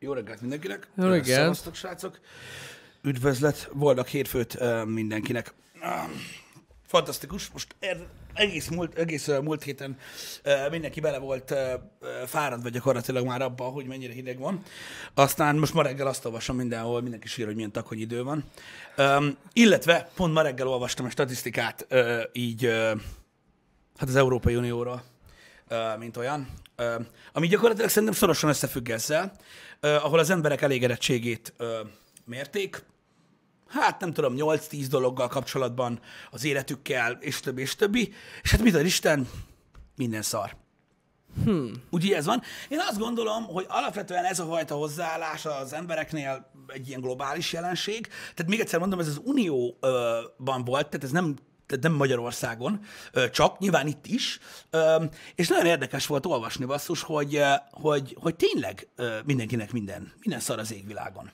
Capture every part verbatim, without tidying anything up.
Jó reggelt mindenkinek. Jó reggelt. Szevasztok, srácok. Üdvözlet, boldog hétfőt uh, mindenkinek. Uh, fantasztikus. Most er, egész, múlt, egész uh, múlt héten uh, mindenki bele volt uh, fáradva gyakorlatilag már abban, hogy mennyire hideg van. Aztán most ma reggel azt olvasom mindenhol, mindenki sír, hogy milyen takony idő van. Um, illetve pont ma reggel olvastam a statisztikát uh, így uh, hát az Európai Unióról, uh, mint olyan. Uh, ami gyakorlatilag szerintem szorosan összefügg ezzel, uh, ahol az emberek elégedettségét uh, mérték. Hát nem tudom, nyolc-tíz dologgal kapcsolatban, az életükkel, és többi, és többi. És hát mit ad Isten? Minden szar. Hmm. Úgy ez van. Én azt gondolom, hogy alapvetően ez a fajta hozzáállás az embereknél egy ilyen globális jelenség. Tehát még egyszer mondom, ez az Unióban volt, tehát ez nem tehát nem Magyarországon, csak nyilván itt is, és nagyon érdekes volt olvasni basszus, hogy, hogy, hogy tényleg mindenkinek minden, minden szar az égvilágon.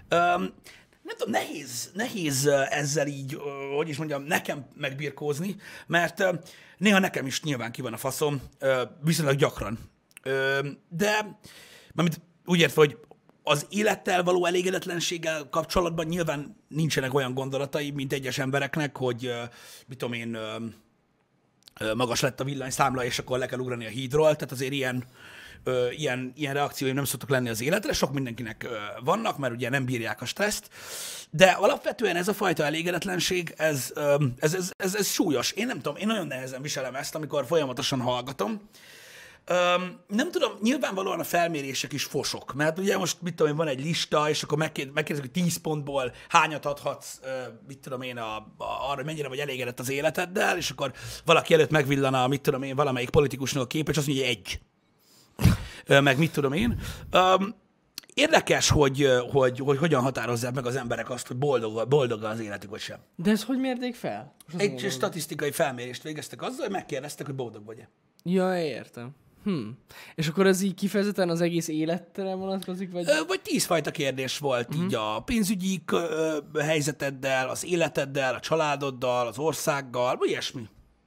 Nem tudom, nehéz, nehéz ezzel így, hogy is mondjam, nekem megbirkózni, mert néha nekem is nyilván ki van a faszom, viszonylag gyakran. De mármint úgy értve, hogy az élettel való elégedetlenséggel kapcsolatban nyilván nincsenek olyan gondolatai, mint egyes embereknek, hogy mit tudom én, magas lett a villanyszámla, és akkor le kell ugrani a hídról, tehát azért ilyen, ilyen, ilyen reakciói nem szoktak lenni az életre, sok mindenkinek vannak, mert ugye nem bírják a stresszt, de alapvetően ez a fajta elégedetlenség, ez, ez, ez, ez, ez súlyos. Én nem tudom, én nagyon nehezen viselem ezt, amikor folyamatosan hallgatom. Um, nem tudom, nyilvánvalóan a felmérések is fosok, mert ugye most, mit tudom én, van egy lista, és akkor megkérdezik, hogy tíz pontból hányat adhatsz, uh, mit tudom én, a, a, arra, hogy mennyire vagy elégedett az életeddel, és akkor valaki előtt megvillana, mit tudom én, valamelyik politikusnak a kép, és azt mondja, hogy egy. Uh, meg mit tudom én. Um, érdekes, hogy, hogy, hogy, hogy hogyan határozzák meg az emberek azt, hogy boldog, boldog az életük, vagy sem. De ezt hogy mérték fel? Egy mondom. Statisztikai felmérést végeztek azzal, hogy megkérdeztek, hogy boldog vagy-e. Ja, értem. Hm. És akkor ez így kifejezetten az egész életre vonatkozik? Vagy, Ö, vagy tízfajta kérdés volt uh-huh. így a pénzügyi ö, helyzeteddel, az életeddel, a családoddal, az országgal, vagy ilyesmi.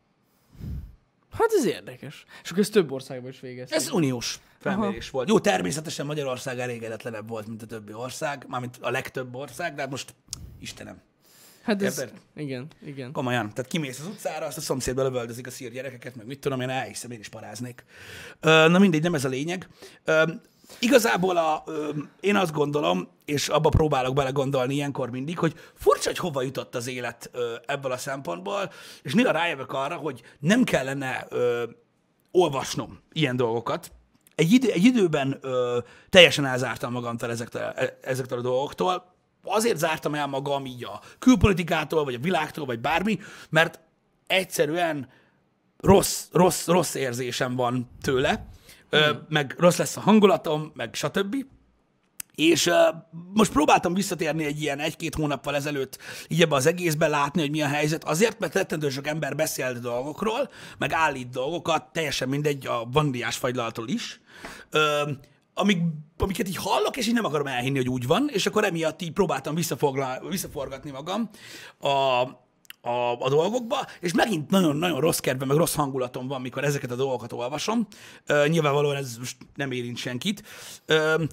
Hát ez érdekes. És akkor ez több országban is végezték. Ez uniós felmérés Aha. volt. Jó, természetesen Magyarország elégedetlenebb volt, mint a többi ország, mármint a legtöbb ország, de hát most Istenem. Hát ez, igen, igen. Komolyan. Tehát kimész az utcára, azt a szomszédba lövöldözik a szír gyerekeket, meg mit tudom, én elhiszem, én is paráznék. Na mindegy, nem ez a lényeg. Igazából a, én azt gondolom, és abba próbálok belegondolni ilyenkor mindig, hogy furcsa, hogy hova jutott az élet ebből a szempontból, és néha rájövök arra, hogy nem kellene ö, olvasnom ilyen dolgokat. Egy, idő, egy időben ö, teljesen elzártam magamtól ezektől, ezektől a dolgoktól. Azért zártam el magam így a külpolitikától, vagy a világtól, vagy bármi, mert egyszerűen rossz, rossz, rossz érzésem van tőle, hmm. meg rossz lesz a hangulatom, meg stb. És uh, most próbáltam visszatérni egy ilyen egy-két hónappal ezelőtt így ebbe az egészben látni, hogy mi a helyzet. Azért, mert rettentő sok ember beszél dolgokról, meg állít dolgokat, teljesen mindegy, a vandiás fagylaltól is. Uh, Amik, amiket így hallok, és így nem akarom elhinni, hogy úgy van, és akkor emiatt így próbáltam visszaforgatni magam a, a, a dolgokba, és megint nagyon-nagyon rossz kedvem, meg rossz hangulatom van, mikor ezeket a dolgokat olvasom. Uh, nyilvánvalóan ez most nem érint senkit. Uh,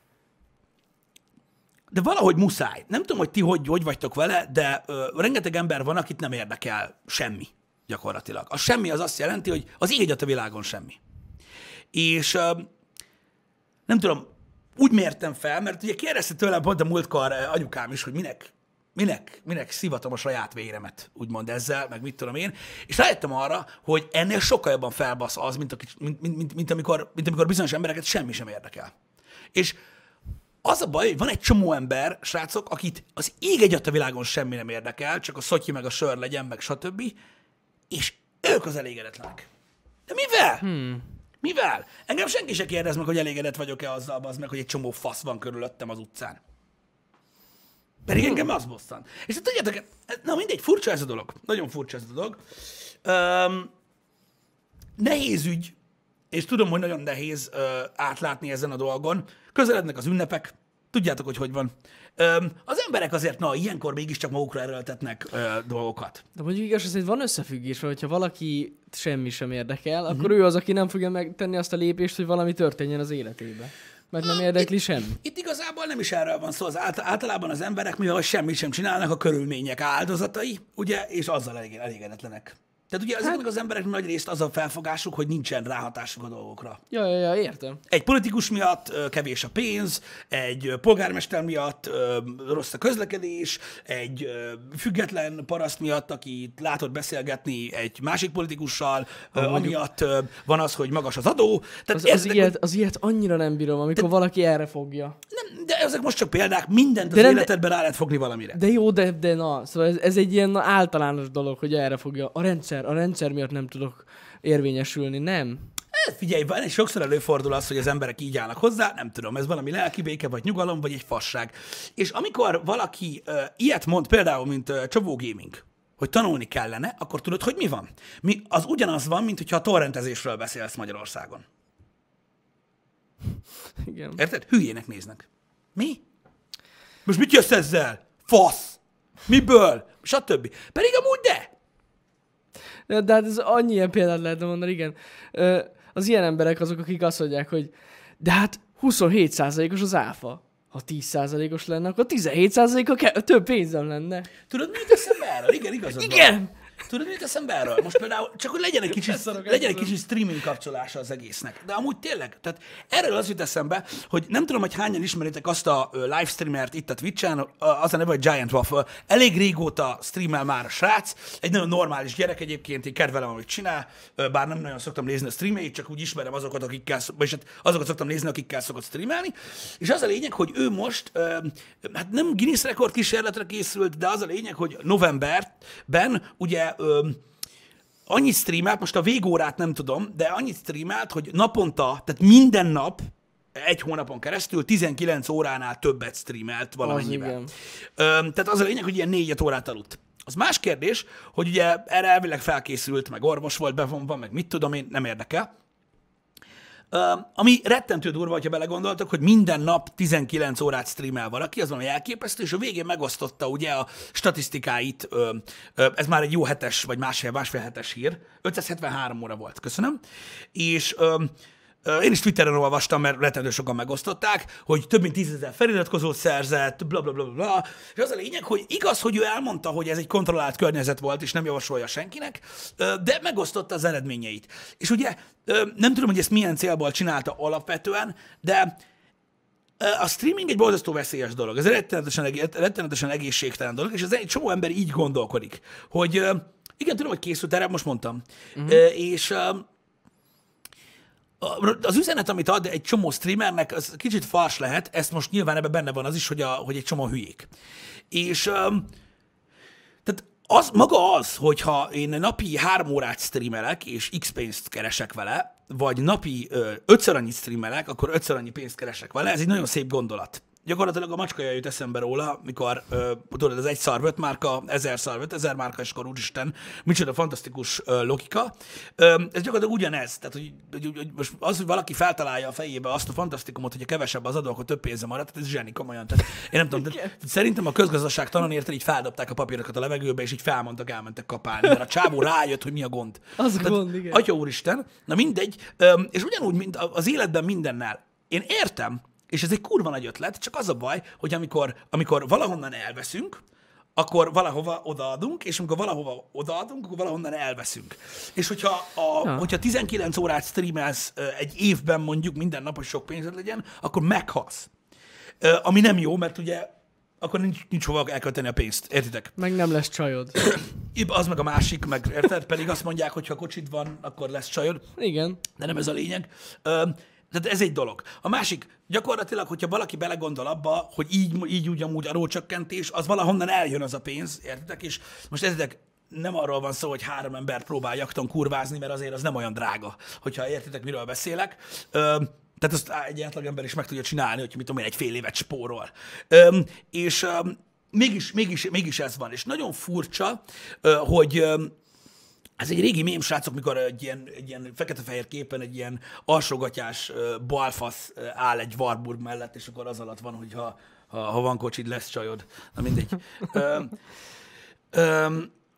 de valahogy muszáj. Nem tudom, hogy ti hogy, hogy vagytok vele, de uh, rengeteg ember van, akit nem érdekel semmi, gyakorlatilag. A semmi az azt jelenti, hogy az ég egyet a világon semmi. És... Uh, nem tudom, úgy mértem fel, mert ugye kérdezte tőlem pont a múltkor anyukám is, hogy minek, minek, minek szivatom a saját véremet, úgymond ezzel, meg mit tudom én, és rájöttem arra, hogy ennél sokkal jobban felbasz az, mint, a, mint, mint, mint, mint, amikor, mint amikor bizonyos embereket semmi sem érdekel. És az a baj, hogy van egy csomó ember, srácok, akit az ég egyet a világon semmi nem érdekel, csak a szotyi meg a sör legyen, meg stb., és ők az elégedetlenek. De mivel? Hmm. Mivel? Engem senki se kérdez meg, hogy elégedett vagyok-e azzal, az meg, hogy egy csomó fasz van körülöttem az utcán. Pedig engem az bosszant. És hát tudjátok, na mindegy, furcsa ez a dolog. Nagyon furcsa ez a dolog. Um, nehéz ügy, és tudom, hogy nagyon nehéz uh, átlátni ezen a dolgon. Közelednek az ünnepek, tudjátok, hogy hogy van. Um, az emberek azért, na, ilyenkor mégiscsak magukra erőltetnek uh, dolgokat. De mondjuk igaz, hogy van összefüggés, hogyha valaki semmi sem érdekel, uh-huh. akkor ő az, aki nem fogja megtenni azt a lépést, hogy valami történjen az életében. Mert nem érdekli semmi. Itt igazából nem is erről van szó. Az át, általában az emberek, mivel semmit sem csinálnak, a körülmények áldozatai, ugye, és azzal elég, elégedetlenek. Tehát ugye ezeknek az embereknek nagy részt az a felfogásuk, hogy nincsen ráhatásuk a dolgokra. Ja, ja, ja, értem. Egy politikus miatt ö, kevés a pénz, egy ö, polgármester miatt ö, rossz a közlekedés, egy ö, független paraszt miatt, akit látott beszélgetni egy másik politikussal, ö, mondjuk- amiatt ö, van az, hogy magas az adó. Tehát Az, az, ezek, ilyet, az ilyet annyira nem bírom, amikor valaki erre fogja. nem, de ezek most csak példák, mindent az De nem- életedben rá lehet fogni valamire. De jó, de, de na, szóval ez, ez egy ilyen általános dolog, hogy erre fogja. A rendszer, a rendszer miatt nem tudok érvényesülni, nem? Hát figyelj, van, és sokszor előfordul az, hogy az emberek így állnak hozzá, nem tudom, ez valami lelki béke, vagy nyugalom, vagy egy fasság. És amikor valaki uh, ilyet mond, például, mint uh, Csavó Gaming, hogy tanulni kellene, akkor tudod, hogy mi van? Mi, az ugyanaz van, mint hogyha a torrentezésről beszélsz Magyarországon. Igen. Érted? Hülyének néznek. Mi? Most mit jössz ezzel? Fasz! Miből? Stb. Pedig amúgy de! De, de hát ez annyi ilyen példát lehetne mondani, igen. Ö, az ilyen emberek azok, akik azt mondják, hogy de hát huszonhét százalékos az áfa. Ha tíz százalékos lenne, akkor tizenhét százaléka ke- több pénzem lenne. Tudod, mit eszembe erről? Igen, igazad van. Igen! Tudod, mit eszembe erről? Most például, csak hogy legyen egy kicsit, Beszarok legyen egy ebből. kicsit streaming kapcsolása az egésznek. De amúgy tényleg, tehát erről az jut eszembe, hogy nem tudom, hogy hányan ismeritek azt a ö, livestreamert itt a Twitch-en, ö, az a neve, hogy Giant Waffle. Elég régóta streamel már a srác, egy nagyon normális gyerek egyébként, én kedvelem, amit csinál, ö, bár nem nagyon szoktam nézni a streamjeit, csak úgy ismerem azokat, akikkel, vagyis hát azokat szoktam nézni, akikkel szokott streamelni. És az a lényeg, hogy ő most, ö, hát nem Guinness rekord kísérletre készült, de az a lényeg, hogy novemberben ugye ö, annyit streamelt, most a végórát nem tudom, de annyit streamelt, hogy naponta, tehát minden nap, egy hónapon keresztül tizenkilenc óránál többet streamelt valamennyivel. igen. Öm, tehát az a lényeg, hogy ilyen négy órát aludt. Az más kérdés, hogy ugye erre elvileg felkészült, meg orvos volt bevonva, meg mit tudom én, nem érdekel. Öm, ami rettentő durva, hogyha belegondoltak, hogy minden nap tizenkilenc órát streamel valaki, az valami elképesztő, és a végén megosztotta ugye a statisztikáit, öm, öm, ez már egy jó hetes, vagy másfél, másfél hetes hír, ötszázhetvenhárom óra volt, köszönöm, és öm, Ö, én is Twitteren olvastam, mert rettentő sokan megosztották, hogy több mint tízezer feliratkozót szerzett, bla, bla, bla, bla, bla. És az a lényeg, hogy igaz, hogy ő elmondta, hogy ez egy kontrollált környezet volt, és nem javasolja senkinek, ö, de megosztotta az eredményeit. És ugye ö, nem tudom, hogy ezt milyen célból csinálta alapvetően, de ö, a streaming egy borzasztó veszélyes dolog. Ez egy rettenetesen, eg- rettenetesen egészségtelen dolog, és ez egy csomó ember így gondolkodik, hogy ö, igen, tudom, hogy készült erre, most mondtam. Uh-huh. Ö, és ö, az üzenet, amit ad egy csomó streamernek, az kicsit fals lehet, ezt most nyilván ebben benne van az is, hogy, a, hogy egy csomó hülyék. És um, tehát az, maga az, hogyha én napi három órát streamelek, és x pénzt keresek vele, vagy napi ö, ötször annyit streamelek, akkor ötször annyi pénzt keresek vele, ez egy nagyon szép gondolat. Gyakorlatilag a macskaja jut eszembe róla, mikor ö, tudod, az egy szarv öt márka, ezer szarv öt ezer márka, és akkor úristen, micsoda fantasztikus ö, logika. Ö, ez gyakorlatilag ugyanez. Tehát, hogy, hogy, hogy most az, hogy valaki feltalálja a fejébe azt a fantasztikumot, hogyha kevesebb az adó, akkor több pénze marad, tehát ez zseni, komolyan. Tehát, én nem tudom, tehát, szerintem a közgazdaság tanon érted, így feldobták a papírokat a levegőbe, és így felmondtak, elmentek kapálni, mert a csávó rájött, hogy mi a gond. Az a Tehát, gond, igen. Atya úristen, na mindegy, ö, és ugyanúgy, mint az életben mindennel. Én értem, és ez egy kurva nagy ötlet, csak az a baj, hogy amikor, amikor valahonnan elveszünk, akkor valahova odaadunk, és amikor valahova odaadunk, akkor valahonnan elveszünk. És hogyha, a, Ja. hogyha tizenkilenc órát streamelsz ö, egy évben mondjuk minden nap, hogy sok pénzed legyen, akkor meghalsz. Ö, Ami nem jó, mert ugye akkor nincs, nincs hova elkölteni a pénzt. Értitek? Meg nem lesz csajod. Az meg a másik, meg érted? Pedig azt mondják, hogy ha kocsid van, akkor lesz csajod. Igen. De nem ez a lényeg. Ö, Tehát ez egy dolog. A másik, gyakorlatilag, hogyha valaki belegondol abba, hogy így, így úgy amúgy adócsökkentés, az valahonnan eljön az a pénz, értitek? És most értitek, nem arról van szó, hogy három ember próbál jakton kurvázni, mert azért az nem olyan drága, hogyha értitek, miről beszélek. Ö, tehát azt egy átlag ember is meg tudja csinálni, hogy mit tudom én, egy fél évet spórol. Ö, és ö, mégis, mégis, mégis ez van. És nagyon furcsa, ö, hogy... Ö, Ez egy régi mém, srácok, mikor egy ilyen, egy ilyen fekete-fehér képen egy ilyen alsógatyás uh, balfasz uh, áll egy Warburg mellett, és akkor az alatt van, hogy ha, ha, ha van kocsid, lesz csajod. Na mindegy. um, um,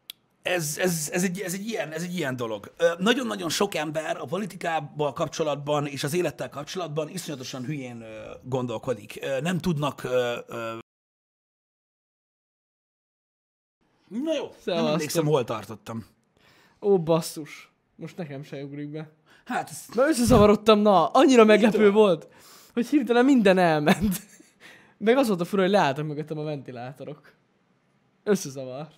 ez, ez, ez, egy, ez, egy ilyen, ez egy ilyen dolog. Ö, nagyon-nagyon sok ember a politikával kapcsolatban és az élettel kapcsolatban iszonyatosan hülyén ö, gondolkodik. Ö, nem tudnak... Ö, ö... Na jó, Szevasztok. nem emlékszem, hol tartottam. Ó, basszus. Most nekem se ugrik be. Hát, ez... Mert összezavarodtam, na, annyira meglepő volt, hogy hirtelen minden elment. Meg az volt a fura, hogy leálltak mögöttem a ventilátorok. Összezavart.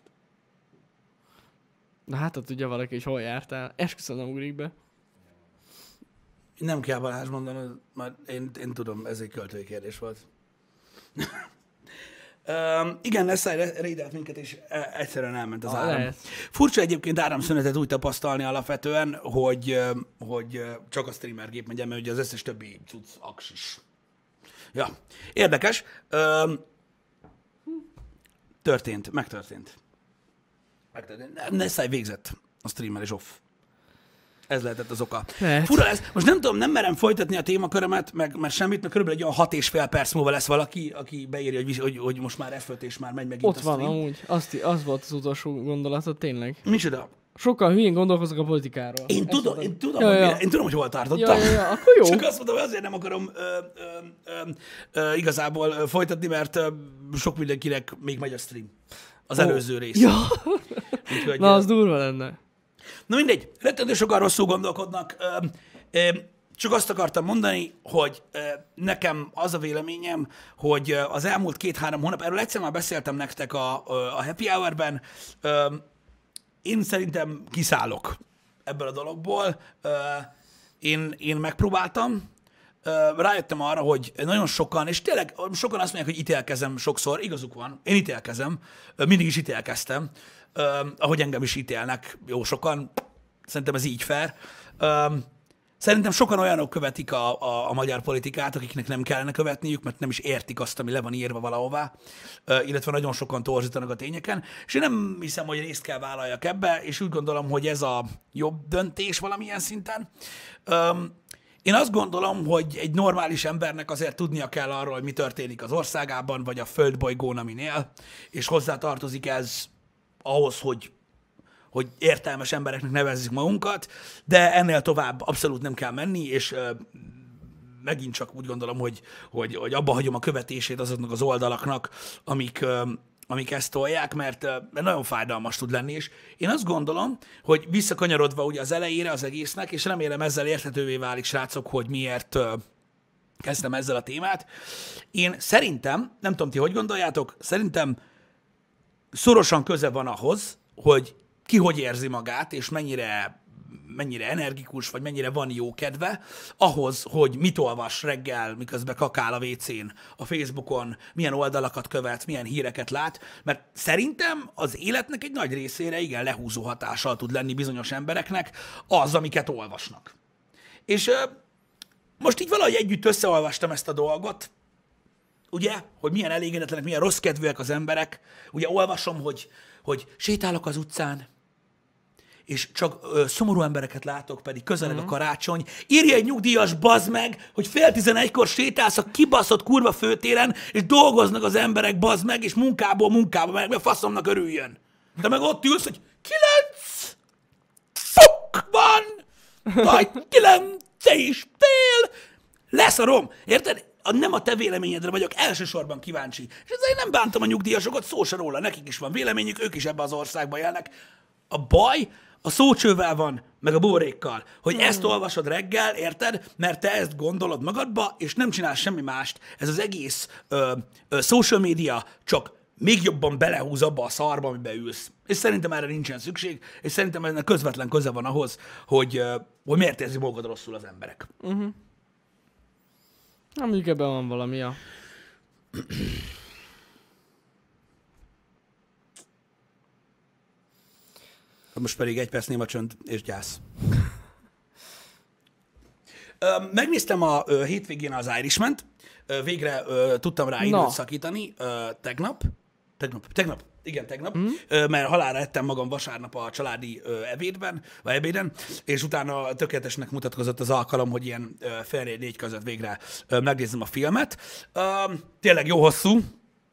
Na hát, ha tudja valaki, hogy hol jártál. Esküszöm, nem ugrik be. Nem kell Balázs mondanod, mert én, én tudom, ez egy költői kérdés volt. Um, igen, Nessai raidelt minket, és egyszerűen elment az Ah, áram. lehet. Furcsa egyébként áramszünetet úgy tapasztalni alapvetően, hogy, hogy csak a streamer gép megy el, mert ugye az összes többi cucc aksis. Ja, érdekes. Um, történt, megtörtént. megtörtént. Nessai végzett a streamer és off. Ez lehetett az oka. Lehet. Fura lesz. Most nem tudom, nem merem folytatni a témakörömet, meg, meg semmit, mert körülbelül egy olyan hat és fél perc múlva lesz valaki, aki beírja, hogy, hogy, hogy most már F öt és már megy megint Ott a van stream. amúgy. Azt, az volt az utolsó gondolatod, tényleg. Micsoda? Sokkal hülyén gondolkoznak a politikáról. Én Ezt tudom, mondom. én tudom, Ja, hogy ja. mire- én tudom, hogy hol tartottam. Ja, ja, ja, akkor jó. Csak azt mondom, hogy azért nem akarom ö, ö, ö, ö, igazából ö, folytatni, mert ö, sok mindenkinek még megy a stream. Az Ó. előző rész. Ja. Úgyhogy, Na, ö, az durva lenne. Na mindegy, rettentő sokan rosszul gondolkodnak. Ö, ö, Csak azt akartam mondani, hogy ö, nekem az a véleményem, hogy ö, az elmúlt két-három hónap, erről egyszer már beszéltem nektek a, ö, a Happy Hour-ben, ö, én szerintem kiszállok ebből a dologból. Ö, Én, én megpróbáltam, Ö, rájöttem arra, hogy nagyon sokan, és tényleg sokan azt mondják, hogy ítélkezem sokszor, igazuk van, én ítélkezem, Ö, mindig is ítélkeztem, Ö, ahogy engem is ítélnek jó sokan, szerintem ez így fair. Ö, Szerintem sokan olyanok követik a, a, a magyar politikát, akiknek nem kellene követniük, mert nem is értik azt, ami le van írva valahová, Ö, illetve nagyon sokan torzítanak a tényeken, és én nem hiszem, hogy részt kell vállaljak ebbe, és úgy gondolom, hogy ez a jobb döntés valamilyen szinten. Ö, Én azt gondolom, hogy egy normális embernek azért tudnia kell arról, hogy mi történik az országában, vagy a földbolygón, amin él, és hozzá tartozik ez ahhoz, hogy, hogy értelmes embereknek nevezzük magunkat, de ennél tovább abszolút nem kell menni, és ö, megint csak úgy gondolom, hogy, hogy, hogy abba hagyom a követését azoknak az oldalaknak, amik, ö, amik ezt tolják, mert, ö, mert nagyon fájdalmas tud lenni, és én azt gondolom, hogy visszakanyarodva ugye az elejére az egésznek, és remélem ezzel érthetővé válik, srácok, hogy miért ö, kezdtem ezzel a témát. Én szerintem, nem tudom ti, hogy gondoljátok, szerintem szorosan köze van ahhoz, hogy ki hogy érzi magát, és mennyire, mennyire energikus, vagy mennyire van jó kedve, ahhoz, hogy mit olvas reggel, miközben kakál a vécén, a Facebookon, milyen oldalakat követ, milyen híreket lát, mert szerintem az életnek egy nagy részére igen lehúzó hatással tud lenni bizonyos embereknek az, amiket olvasnak. És ö, most így valahogy együtt összeolvastam ezt a dolgot, ugye, hogy milyen elégedetlenek, milyen rossz kedvűek az emberek. Ugye olvasom, hogy, hogy sétálok az utcán, és csak ö, szomorú embereket látok, pedig közeleg uh-huh. a karácsony. Írja egy nyugdíjas, bazd meg, hogy fél tizenegykor sétálsz a kibaszott kurva főtéren, és dolgoznak az emberek, bazd meg, és munkából munkába, meg a faszomnak örüljön. De meg ott ülsz, hogy kilenc fok van, vagy kilenc és fél, leszarom. Érted? Nem a te véleményedre vagyok elsősorban kíváncsi. És ezért nem bántam a nyugdíjasokat, szó se róla, nekik is van véleményük, ők is ebbe az országba élnek. A baj a szócsővel van, meg a buborékkal, hogy hmm. ezt olvasod reggel, érted? Mert te ezt gondolod magadba, és nem csinálsz semmi mást. Ez az egész ö, ö, social media csak még jobban belehúz abba a szarba, amiben ülsz. És szerintem erre nincsen szükség, és szerintem ennek közvetlen köze van ahhoz, hogy, ö, hogy miért érzi magad rosszul az emberek. Uh-huh. Na, mondjuk ebben van valami, ja. Most pedig egy perc néma csönd és gyász. Ö, megnéztem a ö, hétvégén az Irishman-t, ö, végre ö, tudtam rá időt Na. szakítani ö, tegnap. Tegnap, tegnap, igen, tegnap, mm. ö, mert halálra ettem magam vasárnap a családi ö, ebédben, vagy ebéden, és utána tökéletesnek mutatkozott az alkalom, hogy ilyen ö, fél négy között végre ö, megnézem a filmet. Ö, tényleg jó hosszú,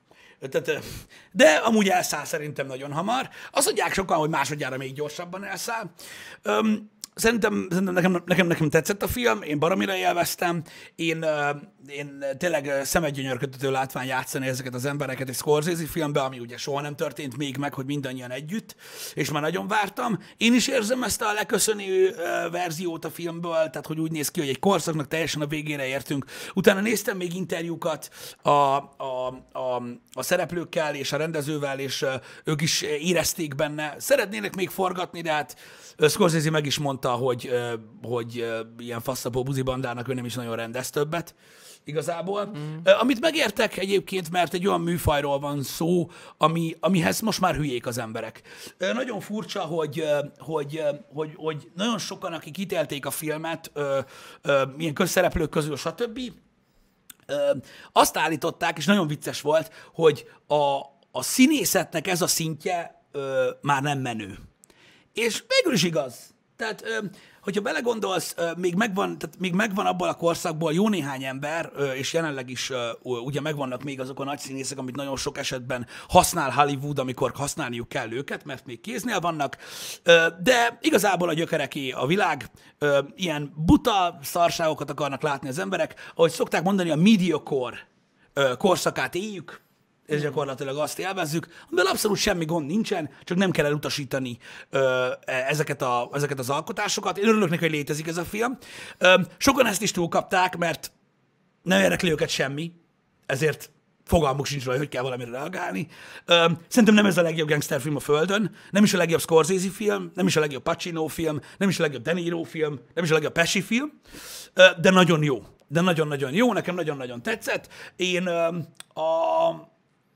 Tehát, ö, de amúgy elszáll szerintem nagyon hamar. Azt mondják sokan, hogy másodjára még gyorsabban elszáll. Öm, Szerintem, szerintem nekem, nekem, nekem tetszett a film, én baromira élveztem, én, ö, én tényleg ö, szemedgyönyörködtető látvány játszani ezeket az embereket egy Scorsese filmbe, ami ugye soha nem történt még meg, hogy mindannyian együtt, és már nagyon vártam. Én is érzem ezt a leköszönő ö, verziót a filmből, tehát hogy úgy néz ki, hogy egy korszaknak teljesen a végére értünk. Utána néztem még interjúkat a, a, a, a szereplőkkel és a rendezővel, és ö, ők is érezték benne. Szeretnének még forgatni, de hát Scorsese meg is mondta, hogy, hogy ilyen faszapó buzibandának ő nem is nagyon rendez többet igazából. Mm. Amit megértek egyébként, mert egy olyan műfajról van szó, ami, amihez most már hülyék az emberek. Nagyon furcsa, hogy, hogy, hogy, hogy nagyon sokan, akik ítélték a filmet, ilyen közszereplők közül, stb., azt állították, és nagyon vicces volt, hogy a, a színészetnek ez a szintje már nem menő. És végül is igaz. Tehát, hogyha belegondolsz, még megvan, tehát még megvan abból a korszakból jó néhány ember, és jelenleg is ugye megvannak még azok a nagy színészek, amit nagyon sok esetben használ Hollywood, amikor használniuk kell őket, mert még kéznél vannak, de igazából a gyökereké a világ, ilyen buta szarságokat akarnak látni az emberek, ahogy szokták mondani, a mediocre korszakát éljük, és gyakorlatilag azt élvezzük, amivel abszolút semmi gond nincsen, csak nem kell elutasítani ö, ezeket, a, ezeket az alkotásokat. Én örülök neki, hogy létezik ez a film. Ö, sokan ezt is túlkapták, mert nem érdekli őket semmi, ezért fogalmuk sincs róla, hogy kell valamire reagálni. Ö, szerintem nem ez a legjobb gangsterfilm a Földön, nem is a legjobb Scorsese film, nem is a legjobb Pacino film, nem is a legjobb De Niro film, nem is a legjobb Pesci film, ö, de nagyon jó. De nagyon-nagyon jó, nekem nagyon-nagyon tetszett. Én ö, a...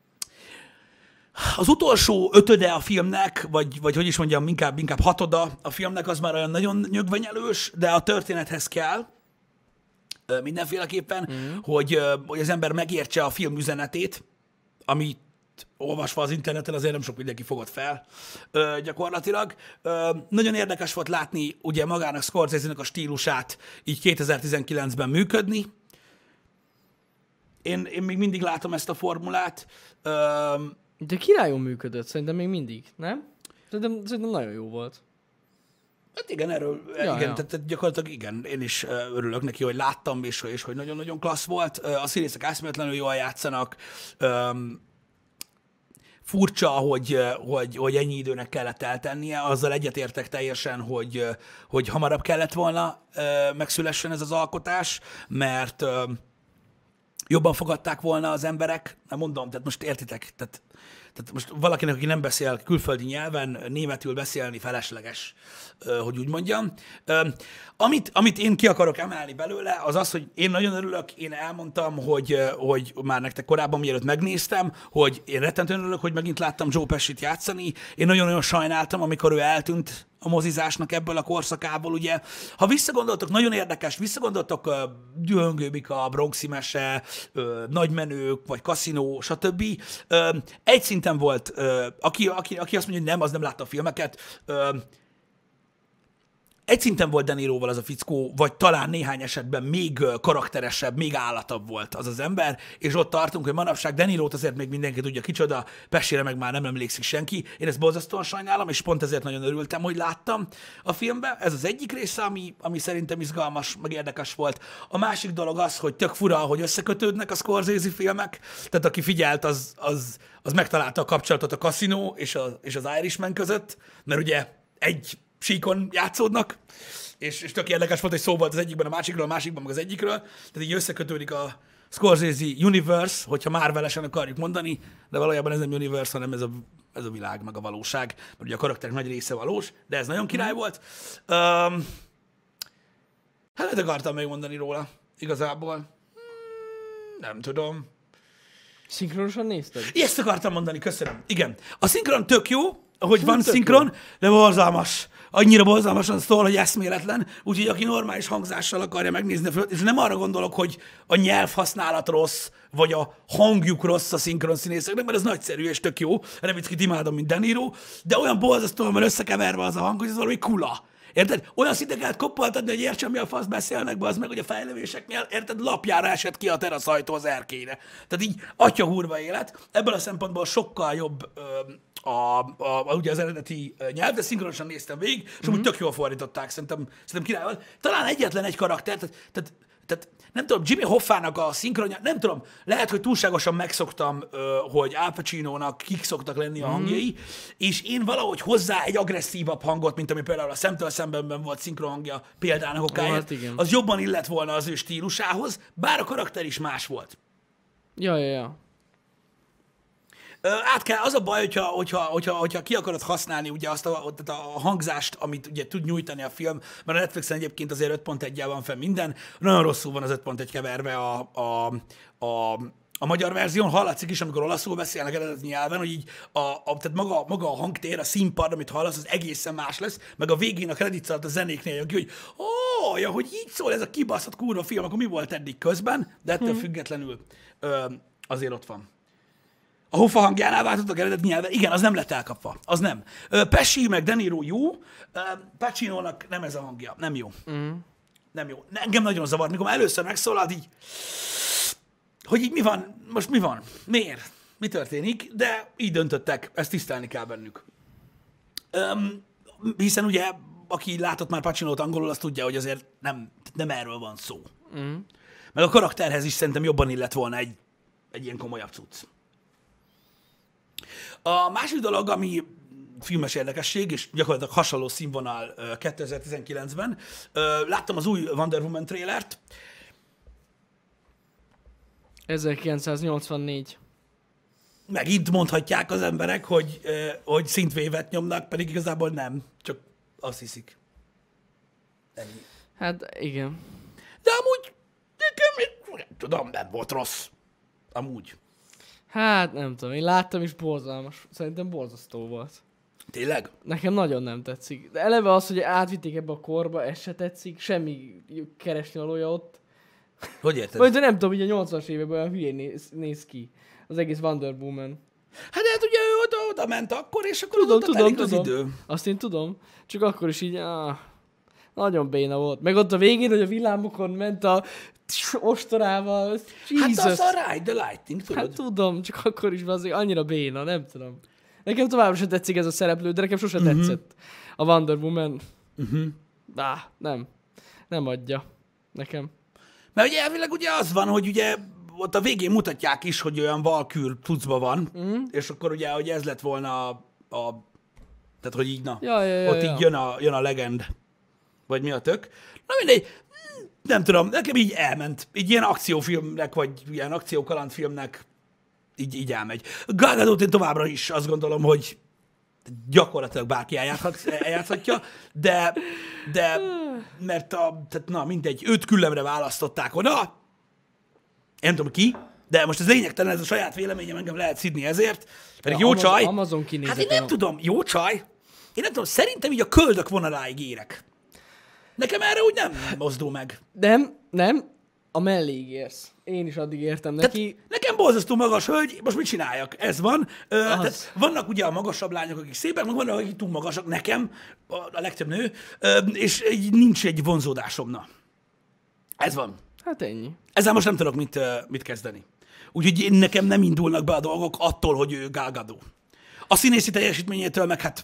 Az utolsó ötöde a filmnek, vagy, vagy hogy is mondjam, inkább, inkább hatoda a filmnek, az már olyan nagyon nyögvenyelős, de a történethez kell mindenféleképpen, mm. hogy, hogy az ember megértse a film üzenetét, amit olvasva az interneten azért nem sok mindenki fogott fel gyakorlatilag. Nagyon érdekes volt látni ugye magának Scorsese-nek a stílusát így kétezer-tizenkilencben működni. Én, én még mindig látom ezt a formulát. De királyon működött, szerintem még mindig, nem? Szerintem, szerintem nagyon jó volt. Hát igen, erről, Ja, igen, ja. tehát gyakorlatilag igen, én is örülök neki, hogy láttam, és, és hogy nagyon-nagyon klassz volt. A színészek eszméletlenül jól játszanak. Um, furcsa, hogy, hogy, hogy ennyi időnek kellett eltennie, azzal egyetértek teljesen, hogy, hogy hamarabb kellett volna megszülessen ez az alkotás, mert jobban fogadták volna az emberek. Nem mondom, tehát most értitek, tehát, tehát most valakinek, aki nem beszél külföldi nyelven, németül beszélni felesleges, hogy úgy mondjam. Amit, amit én ki akarok emelni belőle, az az, hogy én nagyon örülök, én elmondtam, hogy, hogy már nektek korábban, mielőtt megnéztem, hogy én rettentően örülök, hogy megint láttam Joe Pesci-t játszani. Én nagyon-nagyon sajnáltam, amikor ő eltűnt a mozizásnak ebből a korszakából, ugye. Ha visszagondoltok, nagyon érdekes, visszagondoltok uh, Dühöngő Bika, Bronxi Mese, uh, Nagymenők, vagy Kaszinó, stb. Uh, egy szinten volt, uh, aki, aki, aki azt mondja, hogy nem, az nem látta a filmeket, uh, egy szinten volt De Niroval az a fickó, vagy talán néhány esetben még karakteresebb, még állatabb volt az az ember, és ott tartunk, hogy manapság De Nirót azért még mindenki tudja kicsoda, Pescire meg már nem emlékszik senki. Én ezt borzasztóan sajnálom, és pont ezért nagyon örültem, hogy láttam a filmben. Ez az egyik része, ami, ami szerintem izgalmas, meg érdekes volt. A másik dolog az, hogy tök fura, hogy összekötődnek a Scorsese filmek, tehát aki figyelt, az, az, az megtalálta a kapcsolatot a Casino és, a, és az Irishman között, mert ugye egy síkon játszódnak, és, és tök érdekes volt, hogy szó volt az egyikben a másikról, a másikban meg az egyikről, tehát így összekötődik a Scorsese Universe, hogyha Marvel-esen akarjuk mondani, de valójában ez nem Universe, hanem ez a, ez a világ, meg a valóság, mert ugye a karakterek nagy része valós, de ez nagyon király volt. Um, hát mit akartam még mondani róla, igazából? Hmm, nem tudom. Szinkronosan nézted? Ezt akartam mondani, köszönöm. Igen. A szinkron tök jó, hogy Fú, van tök szinkron, jó. de borzalmas. Annyira borzalmasan szól, hogy eszméletlen. Úgyhogy aki normális hangzással akarja megnézni a filmet, és nem arra gondolok, hogy a nyelvhasználat rossz, vagy a hangjuk rossz a szinkron színészeknek, mert ez nagyszerű és tök jó. Revickit imádom, mint De Niro, de olyan borzasztóan van összekeverve az a hang, hogy ez valami kula. Érted? Olyan szinten kellett koppaltatni, hogy értsem, mi a fasz beszélnek be, az meg, hogy a fejlevéseknél, érted, lapjára esett ki a teraszajtó az erkélyre. Tehát így atya hurva élet. Ebből a szempontból sokkal jobb ö, a, a, a, ugye az eredeti nyelv, de szinkronosan néztem végig, és mm-hmm. úgy tök jól fordították, szerintem, szerintem király volt. Talán egyetlen egy karakter, tehát, tehát, tehát nem tudom, Jimmy Hoffa-nak a szinkronja, nem tudom, lehet, hogy túlságosan megszoktam, hogy Al Pacino-nak kik szoktak lenni a hangjai, mm. és én valahogy hozzá egy agresszívabb hangot, mint ami például a Szemtől szembenben volt szinkron hangja példának okáért, oh, hát az jobban illett volna az ő stílusához, bár a karakter is más volt. Ja, ja, ja. Át kell, az a baj, hogyha, hogyha, hogyha, hogyha ki akarod használni ugye azt a, a hangzást, amit ugye tud nyújtani a film, mert a Netflixen egyébként azért öt pont egy van fenn minden, nagyon rosszul van az öt pont egy keverve a, a, a, a magyar verzión, hallatszik is, amikor olaszul beszélnek eredeti nyelven, hogy így a, a, tehát maga, maga a hangtér, a színpad, amit hallasz, az egészen más lesz, meg a végén a kredit alatt a zenéknél jön ki, hogy ó, ja, hogy így szól ez a kibaszott kurva film, akkor mi volt eddig közben, de ettől hmm. függetlenül ö, azért ott van. A Hoffa hangjánál váltottak eredeti nyelven. Igen, az nem lett elkapva. Az nem. Pesci meg De Niro jó, Pacino-nak nem ez a hangja. Nem jó. Mm. Nem jó. Engem nagyon zavar, mikor először megszólalt így, hogy így mi van, most mi van, miért, mi történik, de így döntöttek, ezt tisztelni kell bennük. Um, hiszen ugye, aki látott már Pacinót angolul, az tudja, hogy azért nem, nem erről van szó. Mm. Meg a karakterhez is szerintem jobban illett volna egy, egy ilyen komolyabb cucc. A másik dolog, ami filmes érdekesség, és gyakorlatilag hasonló színvonal kétezer-tizenkilencben, láttam az új Wonder Woman trailert. ezerkilencszáznyolcvannégy. Megint mondhatják az emberek, hogy, hogy szintvévet nyomnak, pedig igazából nem, csak azt hiszik. Ennyi. Hát igen. De amúgy nekem, nem tudom, nem volt rossz. Amúgy. Hát nem tudom, én láttam is borzalmas. Szerintem borzasztó volt. Tényleg? Nekem nagyon nem tetszik. De eleve az, hogy átvitték ebbe a korba, ez se tetszik, semmi keresni valója ott. Hogy érted? Vagy de nem tudom, hogy a nyolcvanas években olyan hülyén néz, néz ki az egész Wonder Woman. Hát de hát ugye ő oda, oda ment akkor, és akkor tudom, oda tudom, telik tudom. az idő. Azt én tudom. Csak akkor is így, áh, nagyon béna volt. Meg ott a végén, hogy a villámokon ment a ostorával. Jesus. Hát az a Ride the Lightning, tudod? Hát tudom, csak akkor is azért annyira béna, nem tudom. Nekem továbbra sem tetszik ez a szereplő, de nekem sose uh-huh. tetszett a Wonder Woman. Uh-huh. Á, nem. Nem adja nekem. Mert ugye elvileg ugye az van, hogy ugye ott a végén mutatják is, hogy olyan valkűr tucba van, uh-huh. és akkor ugye, hogy ez lett volna a, a tehát, hogy így na, ja, ja, ja, ott ja. így jön a, jön a legend. Vagy mi a tök. Na mindegy, nem tudom, nekem így elment. Így ilyen akciófilmnek, vagy ilyen akciókalandfilmnek így, így elmegy. Gal Gadot én továbbra is azt gondolom, hogy gyakorlatilag bárki eljátszhat, eljátszhatja, de, de mert a, tehát na mindegy, őt küllemre választották oda. Én nem tudom ki, de most ez lényegtelen, ez a saját véleményem, engem lehet szidni ezért. Pedig ja, jó Amazon, csaj. Amazon hát én nem a... tudom, jó csaj. Én nem tudom, szerintem így a köldök vonaláig érek. Nekem erre úgy nem mozdul meg. Nem, nem, a melléig érsz. Én is addig értem neki. Tehát nekem borzasztó magas hölgy, most mit csináljak? Ez van. Ö, tehát vannak ugye a magasabb lányok, akik szépek, meg vannak, akik túl magasak, nekem, a, a legtöbb nő, ö, és így nincs egy vonzódásom, na. Ez van. Hát ennyi. Ezzel most nem tudok mit, mit kezdeni. Úgyhogy én, nekem nem indulnak be a dolgok attól, hogy ő Gal Gadot. A színészi teljesítményétől meg hát...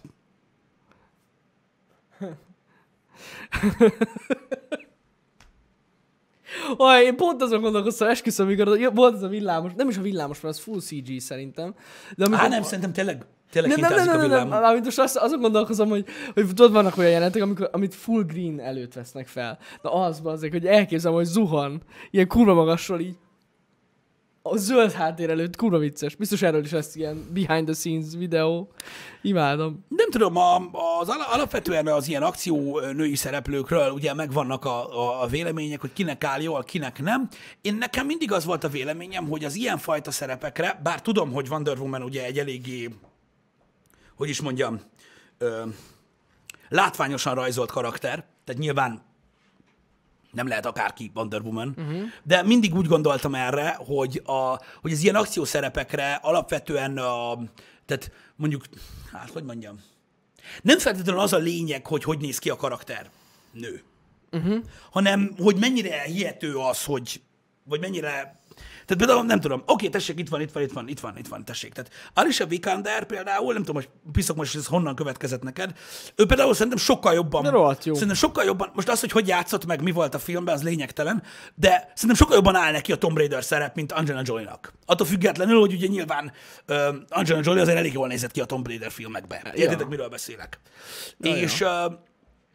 Oj, én pont azon gondolkoztam, esküszöm, amikor volt az a villámos, nem is a villámos, mert az full cé gé szerintem. De amikor... Á, nem, szerintem tényleg, tényleg nem, nem, nem, nem, a villámon. Nem, nem, most azt, azon gondolkozom, hogy, hogy tudod, vannak olyan jelenetek, amikor, amit full green előtt vesznek fel. Na azban azért, hogy elképzelem, hogy zuhan, ilyen kurva magasról így, a zöld háttér előtt, kurva vicces. Biztos erről is lesz ilyen behind the scenes videó. Imádom. Nem tudom, az alapvetően az ilyen akció női szereplőkről ugye megvannak a, a, a vélemények, hogy kinek áll jól, kinek nem. Én nekem mindig az volt a véleményem, hogy az ilyenfajta szerepekre, bár tudom, hogy Wonder Woman ugye egy eléggé, hogy is mondjam, ö, látványosan rajzolt karakter, tehát nyilván nem lehet akárki Wonder Woman, uh-huh. de mindig úgy gondoltam erre, hogy, a, hogy az ilyen akciószerepekre alapvetően, a, tehát mondjuk, hát hogy mondjam, Nem feltétlenül az a lényeg, hogy hogy néz ki a karakter nő, uh-huh. hanem hogy mennyire hihető az, hogy, vagy mennyire... Tehát például nem tudom, oké, tessék, itt van, itt van, itt van, itt van, itt van, tessék. Tehát Alicia Vikander például, nem tudom, hogy piszok most, hogy ez honnan következett neked, ő például szerintem sokkal jobban, de rohadt jó. Szerintem sokkal jobban, most az, hogy hogy játszott meg, mi volt a filmben, az lényegtelen, de szerintem sokkal jobban áll neki a Tomb Raider szerep, mint Angelina Jolie-nak. Attól függetlenül, hogy ugye nyilván uh, Angelina Jolie azért elég jól nézett ki a Tomb Raider filmekben. Értitek, ja. miről beszélek? Ja, és ja. Uh,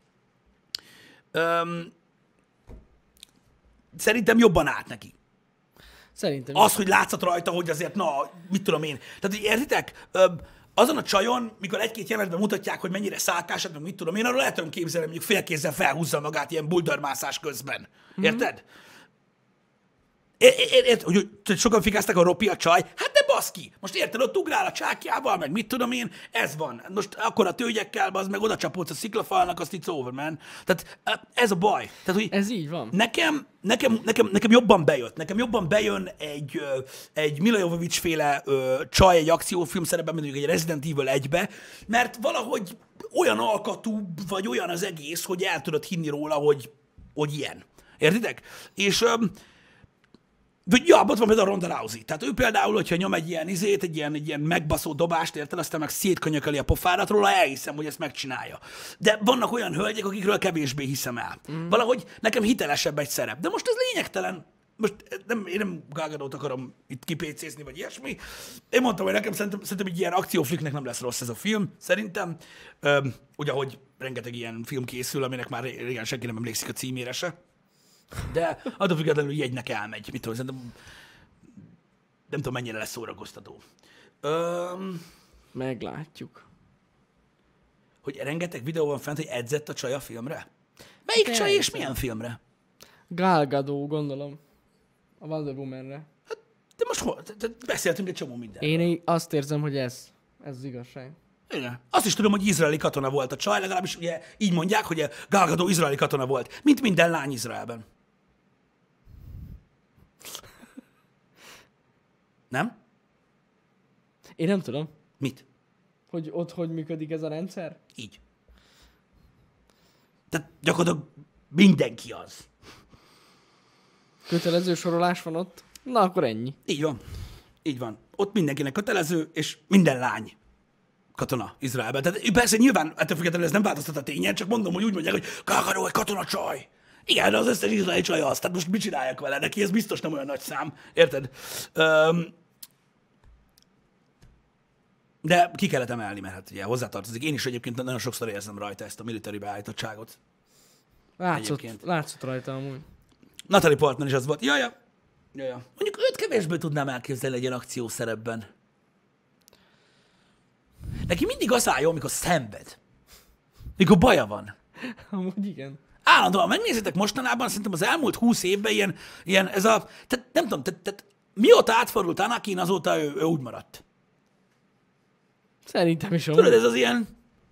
um, szerintem jobban állt neki. Szerintem. Az, hogy látszott rajta, hogy azért, na, mit tudom én. Tehát, hogy értitek, azon a csajon, mikor egy-két jelenetben mutatják, hogy mennyire szálkásad, meg mit tudom én, arról lehet tudom képzelni, mondjuk félkézzel felhúzza magát ilyen buldörmászás közben. Érted? Mm-hmm. Érted, hogy sokan fikázták a Ropi a csaj? Hát de baszki! Most érted, ott ugrál a csákjával, meg mit tudom én, ez van. Most akkor a tőgyekkel, az meg oda csapódsz a sziklafalnak, azt it's over, man. Tehát ez a baj. Tehát, hogy ez így van. Nekem, nekem, nekem, nekem jobban bejött. Nekem jobban bejön egy, egy Mila Jovovich féle csaj egy akciófilm szerepben, mint egy Resident Evil egybe, mert valahogy olyan alkatú, vagy olyan az egész, hogy el tudod hinni róla, hogy, hogy ilyen. Értitek? És... Vagy ja, ott van például Ronda Rousey. Tehát ő például, hogyha nyom egy ilyen izét, egy ilyen, egy ilyen megbaszó dobást, érted, aztán meg szétkönyököli a pofárat róla, elhiszem, hogy ezt megcsinálja. De vannak olyan hölgyek, akikről kevésbé hiszem el. Mm. Valahogy nekem hitelesebb egy szerep. De most ez lényegtelen. Most nem, én nem Gal Gadot akarom itt kipécézni, vagy ilyesmi. Én mondtam, hogy nekem szerintem, szerintem egy ilyen akciófliknek nem lesz rossz ez a film. Szerintem, Üm, ugye, hogy rengeteg ilyen film készül, aminek már régen senki nem emlékszik a címére se. De attól függetlenül jegynek elmegy. Mit tudom, szerintem nem tudom, mennyire lesz szórakoztató. Öm, Meglátjuk. Hogy rengeteg videó van fent, hogy edzett a csaj a filmre? Melyik de csaj és milyen filmre? Gal Gadot, gondolom. A Wonder Woman-re. Hát, de most hol? De beszéltünk egy csomó mindenről. Én azt érzem, hogy ez. Ez az igazság. Igen. Azt is tudom, hogy izraeli katona volt a csaj, legalábbis ugye így mondják, hogy a Gal Gadot izraeli katona volt. Mint minden lány Izraelben. Nem? Én nem tudom. Mit? Hogy ott hogy működik ez a rendszer? Így. Tehát gyakorlatilag mindenki az. Kötelező sorolás van ott? Na, akkor ennyi. Így van. Így van. Ott mindenkinek kötelező, és minden lány katona Izraelben. Tehát persze nyilván, ettől függetlenül ez nem változtat a tényen, csak mondom, hogy úgy mondják, hogy Gal Gadot egy katona csaj. Igen, de az összes izraeli csaj az. Tehát most mit csinálják vele? Neki ez biztos nem olyan nagy szám. Érted? Öm, de ki kellett emelni, mert hát ugye hozzátartozik. Én is egyébként nagyon sokszor érzem rajta ezt a military beállítottságot. Látszott, látszott rajta amúgy. Natalie Portman is az volt. Jaja. Jaja. Mondjuk őt kevésbé tudnám elképzelni egy ilyen akciószerepben. Neki mindig az áll jó, amikor szenved. Mikor baja van. Amúgy igen. Állandóan megnézitek mostanában, szerintem az elmúlt húsz évben ilyen, ilyen ez a, tehát nem tudom, tehát, tehát mióta átfordult Anakin, azóta ő, ő úgy maradt. Szerintem is amúgy. Tudod, ez az ilyen...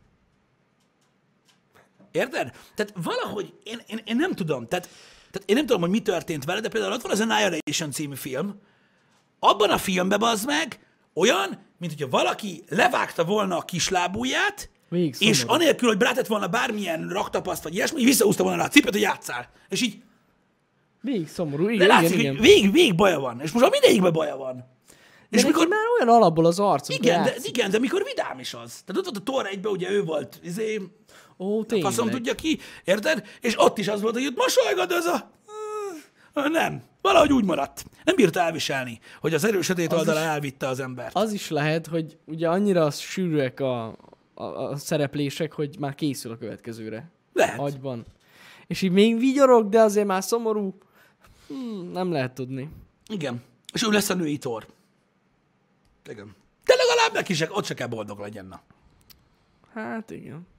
Érted? Tehát valahogy, én, én, én nem tudom, tehát, tehát én nem tudom, hogy mi történt vele, de például ott van az Annihilation című film, abban a filmben bazd meg, olyan, mint hogyha valaki levágta volna a kislábúját, és anélkül, hogy rátett volna bármilyen raktapaszt, vagy ilyesmi, visszahúzta volna rá a cipőt, hogy játsszál. És így... Végig szomorú, igen, de látszik, igen, hogy végig, végig baja van. És most már mindegyikben baja van. De és mikor már olyan alapból az arc, igen de, igen, de mikor vidám is az. Tehát ott volt a Thor egyben, ugye ő volt, izé... Ó, tényleg. Faszom tudja ki, érted? És ott is az volt, hogy ott mosolygod, ez a... Nem. Valahogy úgy maradt. Nem bírta elviselni, hogy az erős sötét oldala elvitte az embert. Az is lehet, hogy ugye annyira sűrűek a, a, a szereplések, hogy már készül a következőre. Lehet. Agyban. És így még vigyorog, de azért már szomorú. Hmm, nem lehet tudni. Igen. És ő lesz a női Thor. Igen. De legalább neki se, ott se kell boldog legyen, na. Hát igen.